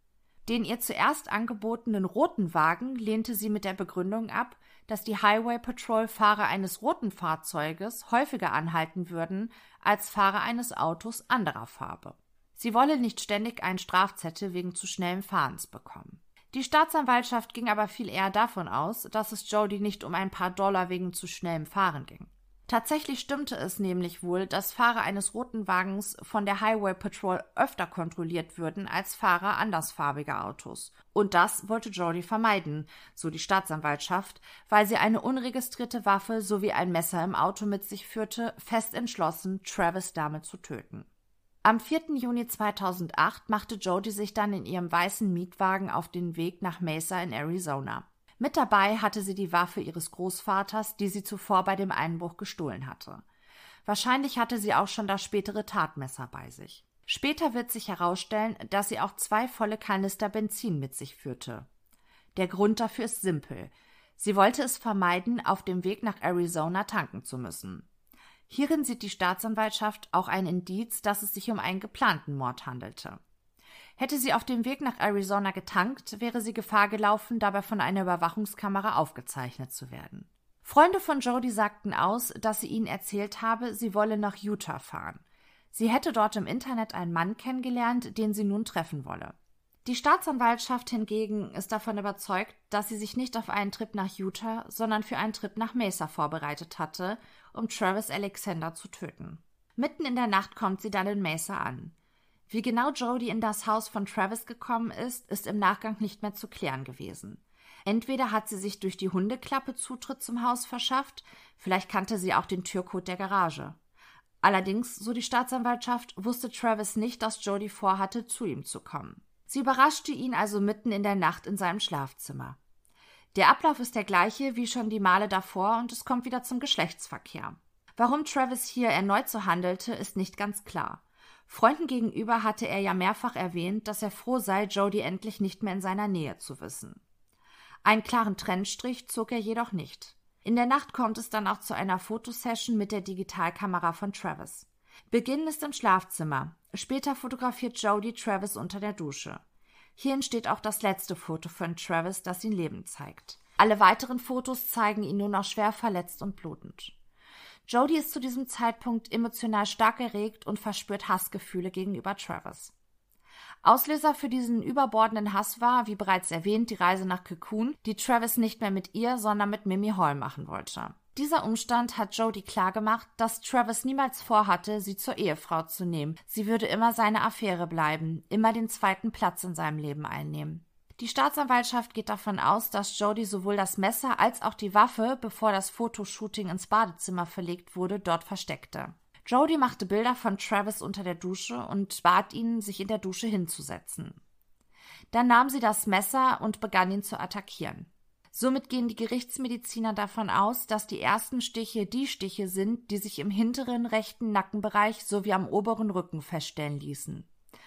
Den ihr zuerst angebotenen roten Wagen lehnte sie mit der Begründung ab, dass die Highway Patrol Fahrer eines roten Fahrzeuges häufiger anhalten würden als Fahrer eines Autos anderer Farbe. Sie wolle nicht ständig einen Strafzettel wegen zu schnellen Fahrens bekommen. Die Staatsanwaltschaft ging aber viel eher davon aus, dass es Jody nicht um ein paar Dollar wegen zu schnellem Fahren ging. Tatsächlich stimmte es nämlich wohl, dass Fahrer eines roten Wagens von der Highway Patrol öfter kontrolliert würden als Fahrer andersfarbiger Autos. Und das wollte Jody vermeiden, so die Staatsanwaltschaft, weil sie eine unregistrierte Waffe sowie ein Messer im Auto mit sich führte, fest entschlossen, Travis damit zu töten. Am vierten Juni zweitausendacht machte Jody sich dann in ihrem weißen Mietwagen auf den Weg nach Mesa in Arizona. Mit dabei hatte sie die Waffe ihres Großvaters, die sie zuvor bei dem Einbruch gestohlen hatte. Wahrscheinlich hatte sie auch schon das spätere Tatmesser bei sich. Später wird sich herausstellen, dass sie auch zwei volle Kanister Benzin mit sich führte. Der Grund dafür ist simpel. Sie wollte es vermeiden, auf dem Weg nach Arizona tanken zu müssen. Hierin sieht die Staatsanwaltschaft auch ein Indiz, dass es sich um einen geplanten Mord handelte. Hätte sie auf dem Weg nach Arizona getankt, wäre sie Gefahr gelaufen, dabei von einer Überwachungskamera aufgezeichnet zu werden. Freunde von Jody sagten aus, dass sie ihnen erzählt habe, sie wolle nach Utah fahren. Sie hätte dort im Internet einen Mann kennengelernt, den sie nun treffen wolle. Die Staatsanwaltschaft hingegen ist davon überzeugt, dass sie sich nicht auf einen Trip nach Utah, sondern für einen Trip nach Mesa vorbereitet hatte, um Travis Alexander zu töten. Mitten in der Nacht kommt sie dann in Mesa an. Wie genau Jody in das Haus von Travis gekommen ist, ist im Nachgang nicht mehr zu klären gewesen. Entweder hat sie sich durch die Hundeklappe Zutritt zum Haus verschafft, vielleicht kannte sie auch den Türcode der Garage. Allerdings, so die Staatsanwaltschaft, wusste Travis nicht, dass Jody vorhatte, zu ihm zu kommen. Sie überraschte ihn also mitten in der Nacht in seinem Schlafzimmer. Der Ablauf ist der gleiche wie schon die Male davor und es kommt wieder zum Geschlechtsverkehr. Warum Travis hier erneut so handelte, ist nicht ganz klar. Freunden gegenüber hatte er ja mehrfach erwähnt, dass er froh sei, Jody endlich nicht mehr in seiner Nähe zu wissen. Einen klaren Trennstrich zog er jedoch nicht. In der Nacht kommt es dann auch zu einer Fotosession mit der Digitalkamera von Travis. Beginn ist im Schlafzimmer. Später fotografiert Jody Travis unter der Dusche. Hier entsteht auch das letzte Foto von Travis, das ihn lebend zeigt. Alle weiteren Fotos zeigen ihn nur noch schwer verletzt und blutend. Jody ist zu diesem Zeitpunkt emotional stark erregt und verspürt Hassgefühle gegenüber Travis. Auslöser für diesen überbordenden Hass war, wie bereits erwähnt, die Reise nach Cancun, die Travis nicht mehr mit ihr, sondern mit Mimi Hall machen wollte. Dieser Umstand hat Jody klargemacht, dass Travis niemals vorhatte, sie zur Ehefrau zu nehmen. Sie würde immer seine Affäre bleiben, immer den zweiten Platz in seinem Leben einnehmen. Die Staatsanwaltschaft geht davon aus, dass Jody sowohl das Messer als auch die Waffe, bevor das Fotoshooting ins Badezimmer verlegt wurde, dort versteckte. Jody machte Bilder von Travis unter der Dusche und bat ihn, sich in der Dusche hinzusetzen. Dann nahm sie das Messer und begann ihn zu attackieren. Somit gehen die Gerichtsmediziner davon aus, dass die ersten Stiche die Stiche sind, die sich im hinteren rechten Nackenbereich sowie am oberen Rücken feststellen ließen.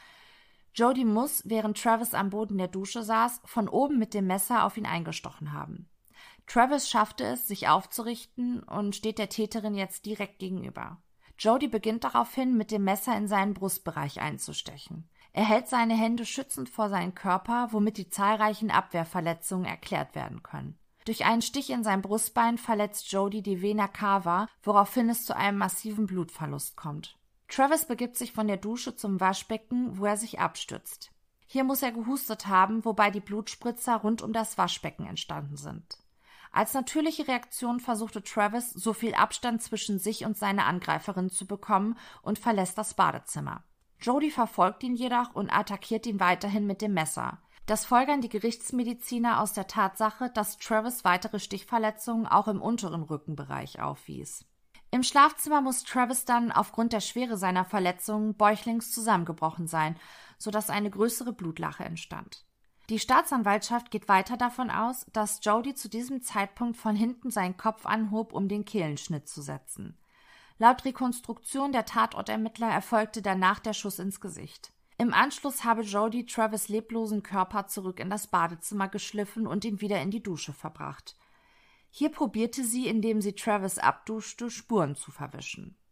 Jody muss, während Travis am Boden der Dusche saß, von oben mit dem Messer auf ihn eingestochen haben. Travis schaffte es, sich aufzurichten und steht der Täterin jetzt direkt gegenüber. Jody beginnt daraufhin, mit dem Messer in seinen Brustbereich einzustechen. Er hält seine Hände schützend vor seinen Körper, womit die zahlreichen Abwehrverletzungen erklärt werden können. Durch einen Stich in sein Brustbein verletzt Jody die Vena cava, woraufhin es zu einem massiven Blutverlust kommt. Travis begibt sich von der Dusche zum Waschbecken, wo er sich abstützt. Hier muss er gehustet haben, wobei die Blutspritzer rund um das Waschbecken entstanden sind. Als natürliche Reaktion versuchte Travis, so viel Abstand zwischen sich und seiner Angreiferin zu bekommen und verlässt das Badezimmer. Jody verfolgt ihn jedoch und attackiert ihn weiterhin mit dem Messer. Das folgern die Gerichtsmediziner aus der Tatsache, dass Travis weitere Stichverletzungen auch im unteren Rückenbereich aufwies. Im Schlafzimmer muss Travis dann aufgrund der Schwere seiner Verletzungen bäuchlings zusammengebrochen sein, sodass eine größere Blutlache entstand. Die Staatsanwaltschaft geht weiter davon aus, dass Jody zu diesem Zeitpunkt von hinten seinen Kopf anhob, um den Kehlenschnitt zu setzen. Laut Rekonstruktion der Tatortermittler erfolgte danach der Schuss ins Gesicht. Im Anschluss habe Jody Travis' leblosen Körper zurück in das Badezimmer geschliffen und ihn wieder in die Dusche verbracht. Hier probierte sie, indem sie Travis abduschte, Spuren zu verwischen.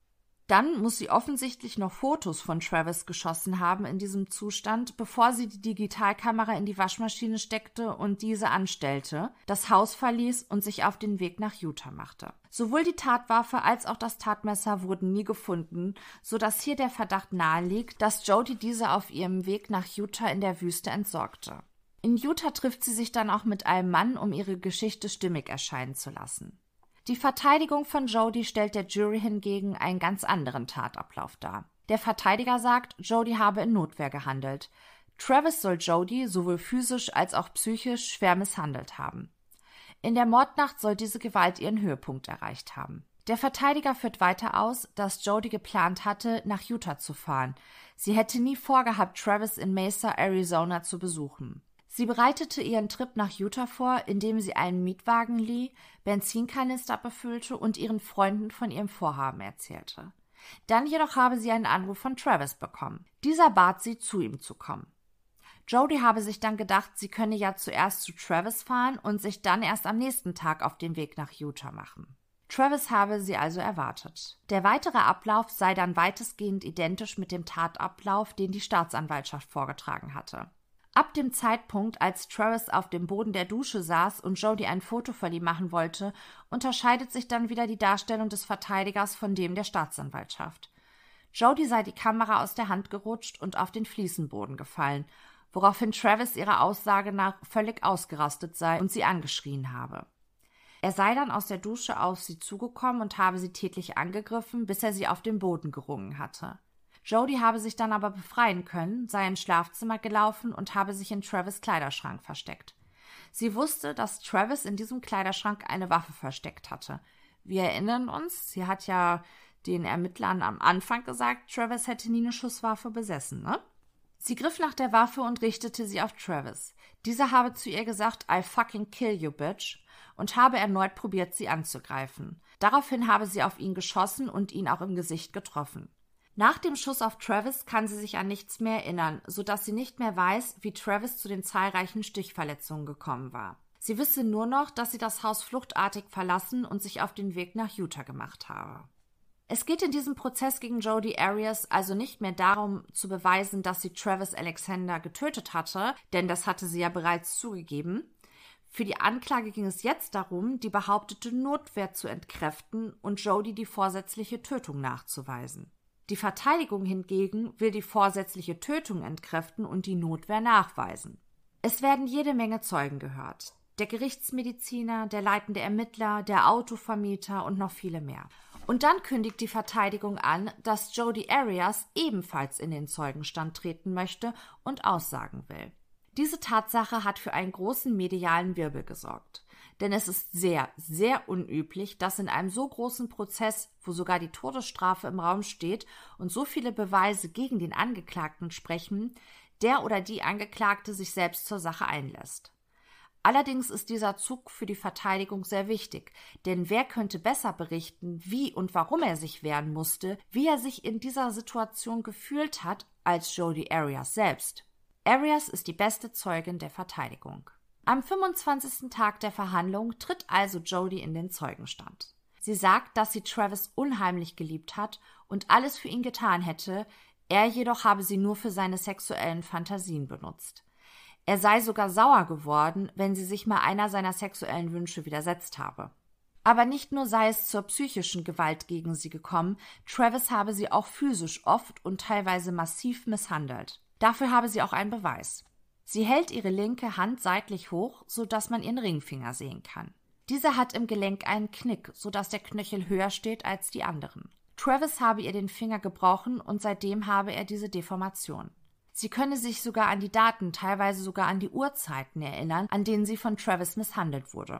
Dann muss sie offensichtlich noch Fotos von Travis geschossen haben in diesem Zustand, bevor sie die Digitalkamera in die Waschmaschine steckte und diese anstellte, das Haus verließ und sich auf den Weg nach Utah machte. Sowohl die Tatwaffe als auch das Tatmesser wurden nie gefunden, sodass hier der Verdacht naheliegt, dass Jodi diese auf ihrem Weg nach Utah in der Wüste entsorgte. In Utah trifft sie sich dann auch mit einem Mann, um ihre Geschichte stimmig erscheinen zu lassen. Die Verteidigung von Jodi stellt der Jury hingegen einen ganz anderen Tatablauf dar. Der Verteidiger sagt, Jodi habe in Notwehr gehandelt. Travis soll Jodi sowohl physisch als auch psychisch schwer misshandelt haben. In der Mordnacht soll diese Gewalt ihren Höhepunkt erreicht haben. Der Verteidiger führt weiter aus, dass Jodi geplant hatte, nach Utah zu fahren. Sie hätte nie vorgehabt, Travis in Mesa, Arizona zu besuchen. Sie bereitete ihren Trip nach Utah vor, indem sie einen Mietwagen lieh, Benzinkanister befüllte und ihren Freunden von ihrem Vorhaben erzählte. Dann jedoch habe sie einen Anruf von Travis bekommen. Dieser bat sie, zu ihm zu kommen. Jodi habe sich dann gedacht, sie könne ja zuerst zu Travis fahren und sich dann erst am nächsten Tag auf den Weg nach Utah machen. Travis habe sie also erwartet. Der weitere Ablauf sei dann weitestgehend identisch mit dem Tatablauf, den die Staatsanwaltschaft vorgetragen hatte. Ab dem Zeitpunkt, als Travis auf dem Boden der Dusche saß und Jodi ein Foto von ihm machen wollte, unterscheidet sich dann wieder die Darstellung des Verteidigers von dem der Staatsanwaltschaft. Jodi sei die Kamera aus der Hand gerutscht und auf den Fliesenboden gefallen, woraufhin Travis ihrer Aussage nach völlig ausgerastet sei und sie angeschrien habe. Er sei dann aus der Dusche auf sie zugekommen und habe sie tätlich angegriffen, bis er sie auf den Boden gerungen hatte. Jodi habe sich dann aber befreien können, sei ins Schlafzimmer gelaufen und habe sich in Travis' Kleiderschrank versteckt. Sie wusste, dass Travis in diesem Kleiderschrank eine Waffe versteckt hatte. Wir erinnern uns, sie hat ja den Ermittlern am Anfang gesagt, Travis hätte nie eine Schusswaffe besessen, ne? Sie griff nach der Waffe und richtete sie auf Travis. Dieser habe zu ihr gesagt, I fucking kill you, bitch, und habe erneut probiert, sie anzugreifen. Daraufhin habe sie auf ihn geschossen und ihn auch im Gesicht getroffen. Nach dem Schuss auf Travis kann sie sich an nichts mehr erinnern, sodass sie nicht mehr weiß, wie Travis zu den zahlreichen Stichverletzungen gekommen war. Sie wisse nur noch, dass sie das Haus fluchtartig verlassen und sich auf den Weg nach Utah gemacht habe. Es geht in diesem Prozess gegen Jodi Arias also nicht mehr darum, zu beweisen, dass sie Travis Alexander getötet hatte, denn das hatte sie ja bereits zugegeben. Für die Anklage ging es jetzt darum, die behauptete Notwehr zu entkräften und Jodi die vorsätzliche Tötung nachzuweisen. Die Verteidigung hingegen will die vorsätzliche Tötung entkräften und die Notwehr nachweisen. Es werden jede Menge Zeugen gehört. Der Gerichtsmediziner, der leitende Ermittler, der Autovermieter und noch viele mehr. Und dann kündigt die Verteidigung an, dass Jodi Arias ebenfalls in den Zeugenstand treten möchte und aussagen will. Diese Tatsache hat für einen großen medialen Wirbel gesorgt. Denn es ist sehr, sehr unüblich, dass in einem so großen Prozess, wo sogar die Todesstrafe im Raum steht und so viele Beweise gegen den Angeklagten sprechen, der oder die Angeklagte sich selbst zur Sache einlässt. Allerdings ist dieser Zug für die Verteidigung sehr wichtig, denn wer könnte besser berichten, wie und warum er sich wehren musste, wie er sich in dieser Situation gefühlt hat, als Jodi Arias selbst. Arias ist die beste Zeugin der Verteidigung. Am fünfundzwanzigsten Tag der Verhandlung tritt also Jodi in den Zeugenstand. Sie sagt, dass sie Travis unheimlich geliebt hat und alles für ihn getan hätte, er jedoch habe sie nur für seine sexuellen Fantasien benutzt. Er sei sogar sauer geworden, wenn sie sich mal einer seiner sexuellen Wünsche widersetzt habe. Aber nicht nur sei es zur psychischen Gewalt gegen sie gekommen, Travis habe sie auch physisch oft und teilweise massiv misshandelt. Dafür habe sie auch einen Beweis. Sie hält ihre linke Hand seitlich hoch, sodass man ihren Ringfinger sehen kann. Dieser hat im Gelenk einen Knick, sodass der Knöchel höher steht als die anderen. Travis habe ihr den Finger gebrochen und seitdem habe er diese Deformation. Sie könne sich sogar an die Daten, teilweise sogar an die Uhrzeiten erinnern, an denen sie von Travis misshandelt wurde.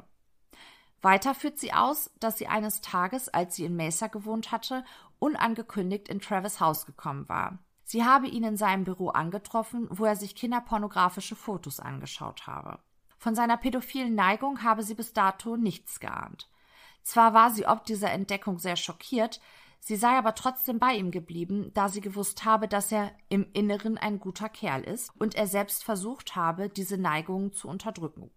Weiter führt sie aus, dass sie eines Tages, als sie in Mesa gewohnt hatte, unangekündigt in Travis' Haus gekommen war. Sie habe ihn in seinem Büro angetroffen, wo er sich kinderpornografische Fotos angeschaut habe. Von seiner pädophilen Neigung habe sie bis dato nichts geahnt. Zwar war sie ob dieser Entdeckung sehr schockiert, sie sei aber trotzdem bei ihm geblieben, da sie gewusst habe, dass er im Inneren ein guter Kerl ist und er selbst versucht habe, diese Neigungen zu unterdrücken.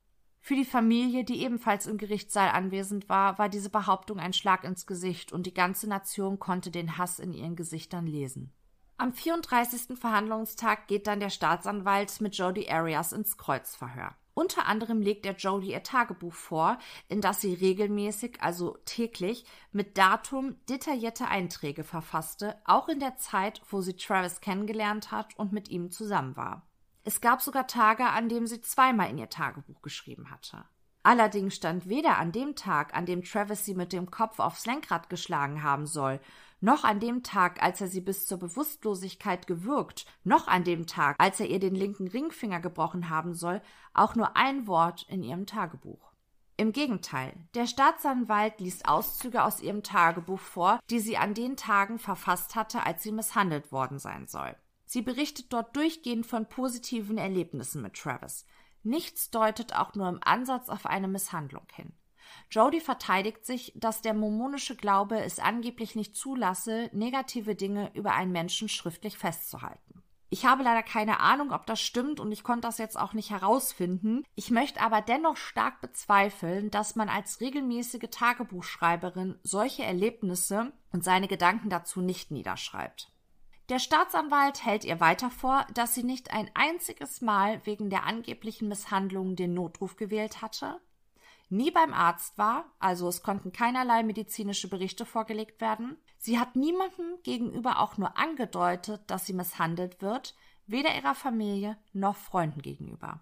Für die Familie, die ebenfalls im Gerichtssaal anwesend war, war diese Behauptung ein Schlag ins Gesicht und die ganze Nation konnte den Hass in ihren Gesichtern lesen. Am vierunddreißigsten Verhandlungstag geht dann der Staatsanwalt mit Jodi Arias ins Kreuzverhör. Unter anderem legt er Jodi ihr Tagebuch vor, in das sie regelmäßig, also täglich, mit Datum detaillierte Einträge verfasste, auch in der Zeit, wo sie Travis kennengelernt hat und mit ihm zusammen war. Es gab sogar Tage, an denen sie zweimal in ihr Tagebuch geschrieben hatte. Allerdings stand weder an dem Tag, an dem Travis sie mit dem Kopf aufs Lenkrad geschlagen haben soll, noch an dem Tag, als er sie bis zur Bewusstlosigkeit gewürgt, noch an dem Tag, als er ihr den linken Ringfinger gebrochen haben soll, auch nur ein Wort in ihrem Tagebuch. Im Gegenteil, der Staatsanwalt liest Auszüge aus ihrem Tagebuch vor, die sie an den Tagen verfasst hatte, als sie misshandelt worden sein soll. Sie berichtet dort durchgehend von positiven Erlebnissen mit Travis. Nichts deutet auch nur im Ansatz auf eine Misshandlung hin. Jodi verteidigt sich, dass der mormonische Glaube es angeblich nicht zulasse, negative Dinge über einen Menschen schriftlich festzuhalten. Ich habe leider keine Ahnung, ob das stimmt und ich konnte das jetzt auch nicht herausfinden. Ich möchte aber dennoch stark bezweifeln, dass man als regelmäßige Tagebuchschreiberin solche Erlebnisse und seine Gedanken dazu nicht niederschreibt. Der Staatsanwalt hält ihr weiter vor, dass sie nicht ein einziges Mal wegen der angeblichen Misshandlungen den Notruf gewählt hatte, nie beim Arzt war, also es konnten keinerlei medizinische Berichte vorgelegt werden. Sie hat niemandem gegenüber auch nur angedeutet, dass sie misshandelt wird, weder ihrer Familie noch Freunden gegenüber.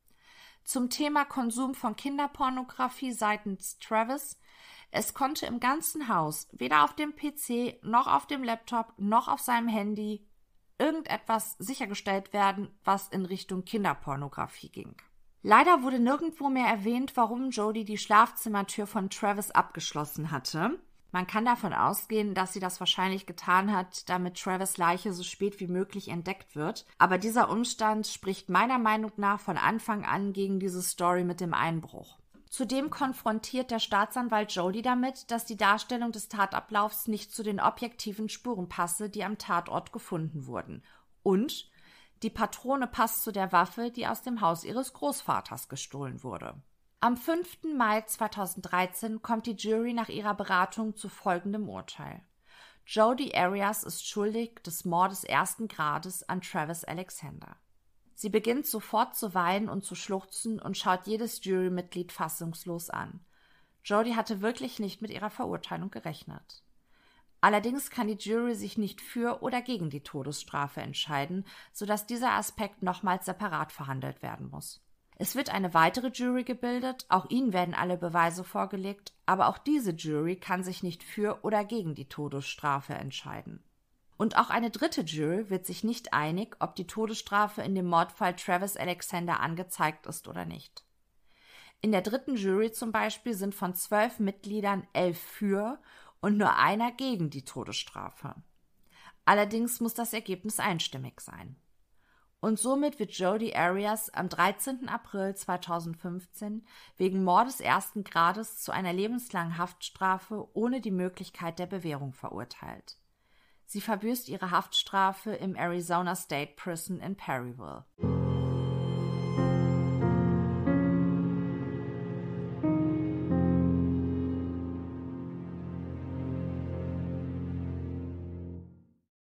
Zum Thema Konsum von Kinderpornografie seitens Travis: Es konnte im ganzen Haus, weder auf dem P C noch auf dem Laptop noch auf seinem Handy, irgendetwas sichergestellt werden, was in Richtung Kinderpornografie ging. Leider wurde nirgendwo mehr erwähnt, warum Jodi die Schlafzimmertür von Travis abgeschlossen hatte. Man kann davon ausgehen, dass sie das wahrscheinlich getan hat, damit Travis' Leiche so spät wie möglich entdeckt wird. Aber dieser Umstand spricht meiner Meinung nach von Anfang an gegen diese Story mit dem Einbruch. Zudem konfrontiert der Staatsanwalt Jodi damit, dass die Darstellung des Tatablaufs nicht zu den objektiven Spuren passe, die am Tatort gefunden wurden. Und die Patrone passt zu der Waffe, die aus dem Haus ihres Großvaters gestohlen wurde. Am fünften Mai zweitausenddreizehn kommt die Jury nach ihrer Beratung zu folgendem Urteil: Jodi Arias ist schuldig des Mordes ersten Grades an Travis Alexander. Sie beginnt sofort zu weinen und zu schluchzen und schaut jedes Jurymitglied fassungslos an. Jodi hatte wirklich nicht mit ihrer Verurteilung gerechnet. Allerdings kann die Jury sich nicht für oder gegen die Todesstrafe entscheiden, sodass dieser Aspekt nochmals separat verhandelt werden muss. Es wird eine weitere Jury gebildet, auch ihnen werden alle Beweise vorgelegt, aber auch diese Jury kann sich nicht für oder gegen die Todesstrafe entscheiden. Und auch eine dritte Jury wird sich nicht einig, ob die Todesstrafe in dem Mordfall Travis Alexander angezeigt ist oder nicht. In der dritten Jury zum Beispiel sind von zwölf Mitgliedern elf für und nur einer gegen die Todesstrafe. Allerdings muss das Ergebnis einstimmig sein. Und somit wird Jodi Arias am dreizehnten April zweitausendfünfzehn wegen Mordes ersten Grades zu einer lebenslangen Haftstrafe ohne die Möglichkeit der Bewährung verurteilt. Sie verbüßt ihre Haftstrafe im Arizona State Prison in Perryville.